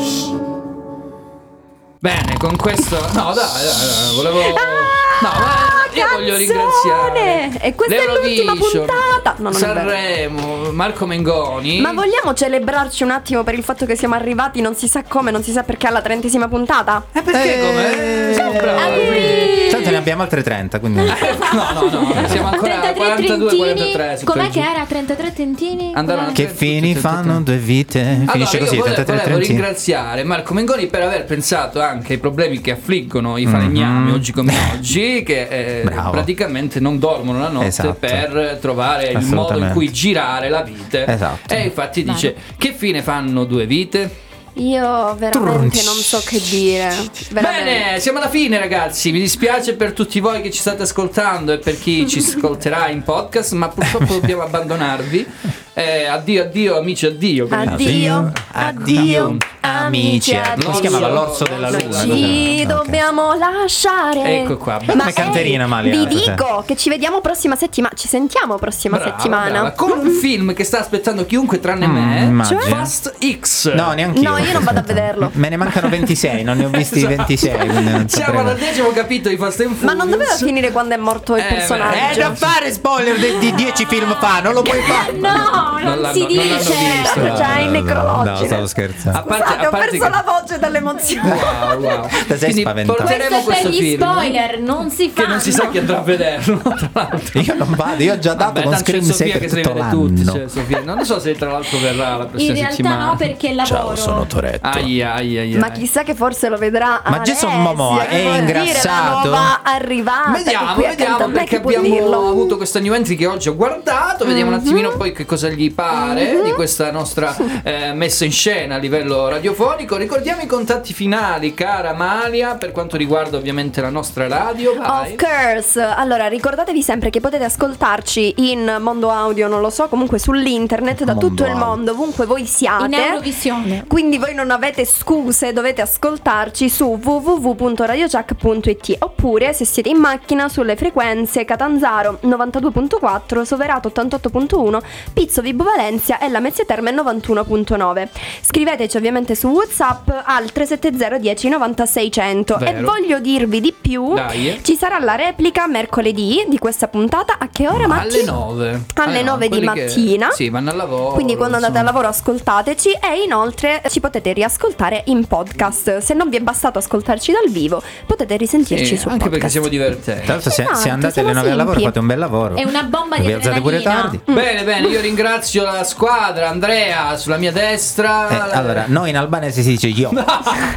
Bene, con questo... No, dai, dai, dai, volevo... Ah, no, ma io voglio ringraziare... E questa è l'ultima l'Eurovision, puntata. No, non è vero. Sanremo, Marco Mengoni... Ma vogliamo celebrarci un attimo per il fatto che siamo arrivati non si sa come, non si sa perché alla trentesima puntata? Eh, perché come? Siamo bravi. Tanto ne abbiamo altre trenta, quindi... No, no, no, siamo ancora a trentatré quarantadue quarantatré. trentini. su Com'è per che giù. era? trentatré tentini? Andavano Che fini fanno due vite. Allora, Finisce io così, volevo, trentatré volevo trentini. ringraziare Marco Mengoni per aver pensato anche ai problemi che affliggono i falegnami Mhm. oggi come oggi, che eh, Bravo. praticamente non dormono la notte Esatto. per trovare il modo in Assolutamente. cui girare la vite. Esatto. E infatti dice: che fine fanno due vite? Io veramente non so che dire. Veramente. Bene, siamo alla fine ragazzi, mi dispiace per tutti voi che ci state ascoltando e per chi ci ascolterà in podcast, ma purtroppo dobbiamo abbandonarvi. Eh, addio, addio amici, addio. come Addio, addio, amici, addio. Come si chiamava? L'orso della luna? Ci dobbiamo lasciare. Ecco qua. Ma Come canterina, ehi, Malia, vi cos'è? dico che ci vediamo prossima settimana. Ci sentiamo prossima Brava, settimana. brava. Con un film che sta aspettando chiunque tranne Mm, me, immagino. Fast X. No, neanche No, io non vado a vederlo. Me ne mancano ventisei, non ne ho visti Esatto. ventisei. Quindi non Siamo saprei. al decimo capitolo di Fast and Furious. Ma non doveva finire quando è morto il Eh, personaggio? Eh, non fare spoiler di, di dieci film fa, non lo puoi fare. No, non, Non l'hanno- si non dice. l'hanno visto. Già è in necrologio. No, stavo scherzando. A parte, Scusate, a ho parte perso che... la voce dall'emozione. Wow, wow. Ti sei Quindi spaventato. porteremo Questo è questo per gli film spoiler, non si fa. che non si sa chi andrà a vederlo, tra l'altro. Io non vado, io ho già dato Vabbè, con tanto c'è Scream sei Sofia per che se ne tutto vede tutti, l'anno. c'è Sofia. Non so se tra l'altro verrà la prossima In realtà settimana. no, perché lavoro. Toretto. Aia, aia, aia. Ma chissà che forse lo vedrà Ma Jason Alessia, Momoa che è vuol dire ingrassato? la nuova arrivata. Vediamo, qui accanto vediamo a me, perché chi può abbiamo dirlo? avuto questa new entry che oggi ho guardato. Vediamo un attimino poi che cosa gli pare Mhm. di questa nostra eh, messa in scena a livello radiofonico. Ricordiamo i contatti finali, cara Malia, per quanto riguarda ovviamente la nostra radio. Vai. Of course. Allora, ricordatevi sempre che potete ascoltarci in mondo audio, non lo so, comunque sull'internet da Mondo tutto il audio. mondo, ovunque voi siate. In Eurovisione. Quindi voi non avete scuse, dovete ascoltarci su w w w punto radiojack punto i t oppure se siete in macchina sulle frequenze Catanzaro novantadue punto quattro, Soverato ottantotto punto uno, Pizzo Vibo Valencia e la Mezzia Terme novantuno punto nove. Scriveteci ovviamente su WhatsApp al tre sette zero dieci novanta seicento. E Vero. voglio dirvi di più. Dai. Ci sarà la replica mercoledì di questa puntata. A che ora, Matti? Alle nove. Alle nove di quelli che- mattina. Sì, vanno al lavoro. Quindi quando andate al insomma. lavoro ascoltateci e inoltre ci potete riascoltare in podcast. Se non vi è bastato ascoltarci dal vivo, potete risentirci Sì, su anche podcast. perché siamo divertenti. Tra l'altro, se, Esatto, se andate siamo alle nove al lavoro, simpi. fate un bel lavoro. È una bomba di Vi alzate pure adrenalina. tardi. Bene, bene, io ringrazio la squadra, Andrea sulla mia destra. Eh, allora, noi in albanese si dice io.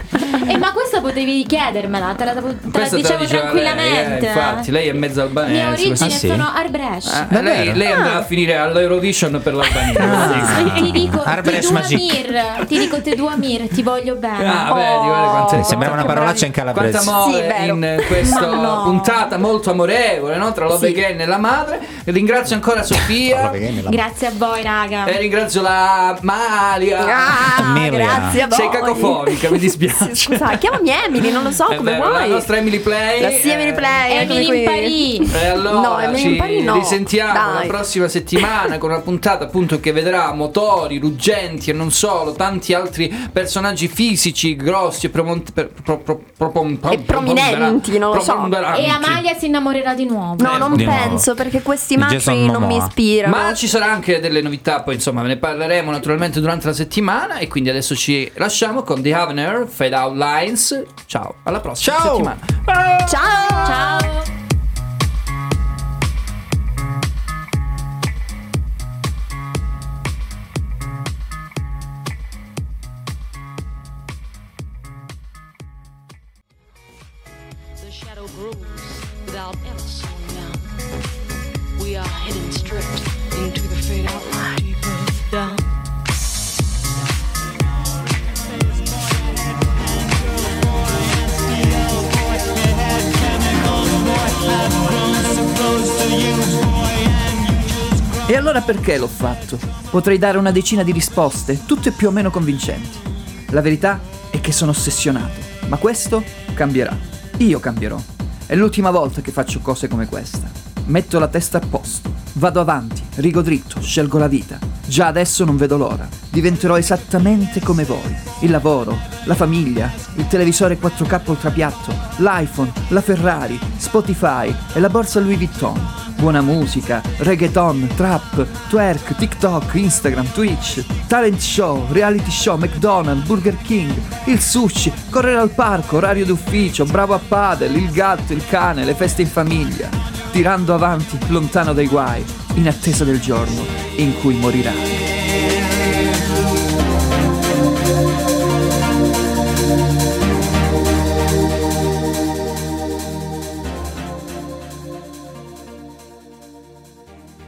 Eh, ma questa potevi chiedermela, te la, te la Questa te dicevo la diceva tranquillamente. lei, eh, infatti, lei è mezza Le albanese. origini questa- sono Arbresh. Eh, lei, lei andrà a finire all'Eurovision per l'Albania. E ti dico, Arbresh Tedu Magic. Amir, ti dico Tedu Amir, ti voglio bene. Ah, vedi, guarda quante, Sembrava una parolaccia in quanta calabrese. amore Sì, vero. in questa Ma no. puntata molto amorevole, no? Tra Love Sì. Again e la madre. Ringrazio ancora Sofia. Grazie a voi, raga. E ringrazio la Malia. Ah, Emilia. grazie a voi. Sei cacofonica, mi dispiace. Scusa, chiamami Emily, non lo so È come vero, vuoi. la nostra Emily Play. La sì, Emily Play, eccomi Emily qui. in Paris. E allora No, Emily ci in Paris no. risentiamo Dai. la prossima settimana con una puntata appunto che vedrà motori, ruggenti e non solo, tanti altri personaggi fisici grossi e, promon- per- pro- pro- propon- E prominenti, non lo so. preponderanti. E Amalia si innamorerà di nuovo. No, non Di nuovo. penso perché questi Di Jason matri non mi Momoa. ispirano. Ma ci sarà anche delle novità, poi insomma ve ne parleremo naturalmente durante la settimana. E quindi adesso ci lasciamo con The Havener, Fade Out Lines. Ciao, alla prossima Ciao. settimana. Ciao! Ciao. The shadow grows without ever slowing down. We are heading straight into the fade out line. Deeper down. E allora perché l'ho fatto? Potrei dare una decina di risposte, tutte più o meno convincenti. La verità è che sono ossessionato, ma questo cambierà. Io cambierò. È l'ultima volta che faccio cose come questa. Metto la testa a posto, vado avanti, rigo dritto, scelgo la vita. Già adesso non vedo l'ora. Diventerò esattamente come voi. Il lavoro, la famiglia, il televisore quattro K ultrapiatto, l'iPhone, la Ferrari, Spotify e la borsa Louis Vuitton. Buona musica, reggaeton, trap, twerk, TikTok, Instagram, Twitch, talent show, reality show, McDonald's, Burger King, il sushi, correre al parco, orario d'ufficio, bravo a padel, il gatto, il cane, le feste in famiglia, tirando avanti lontano dai guai, in attesa del giorno in cui morirai.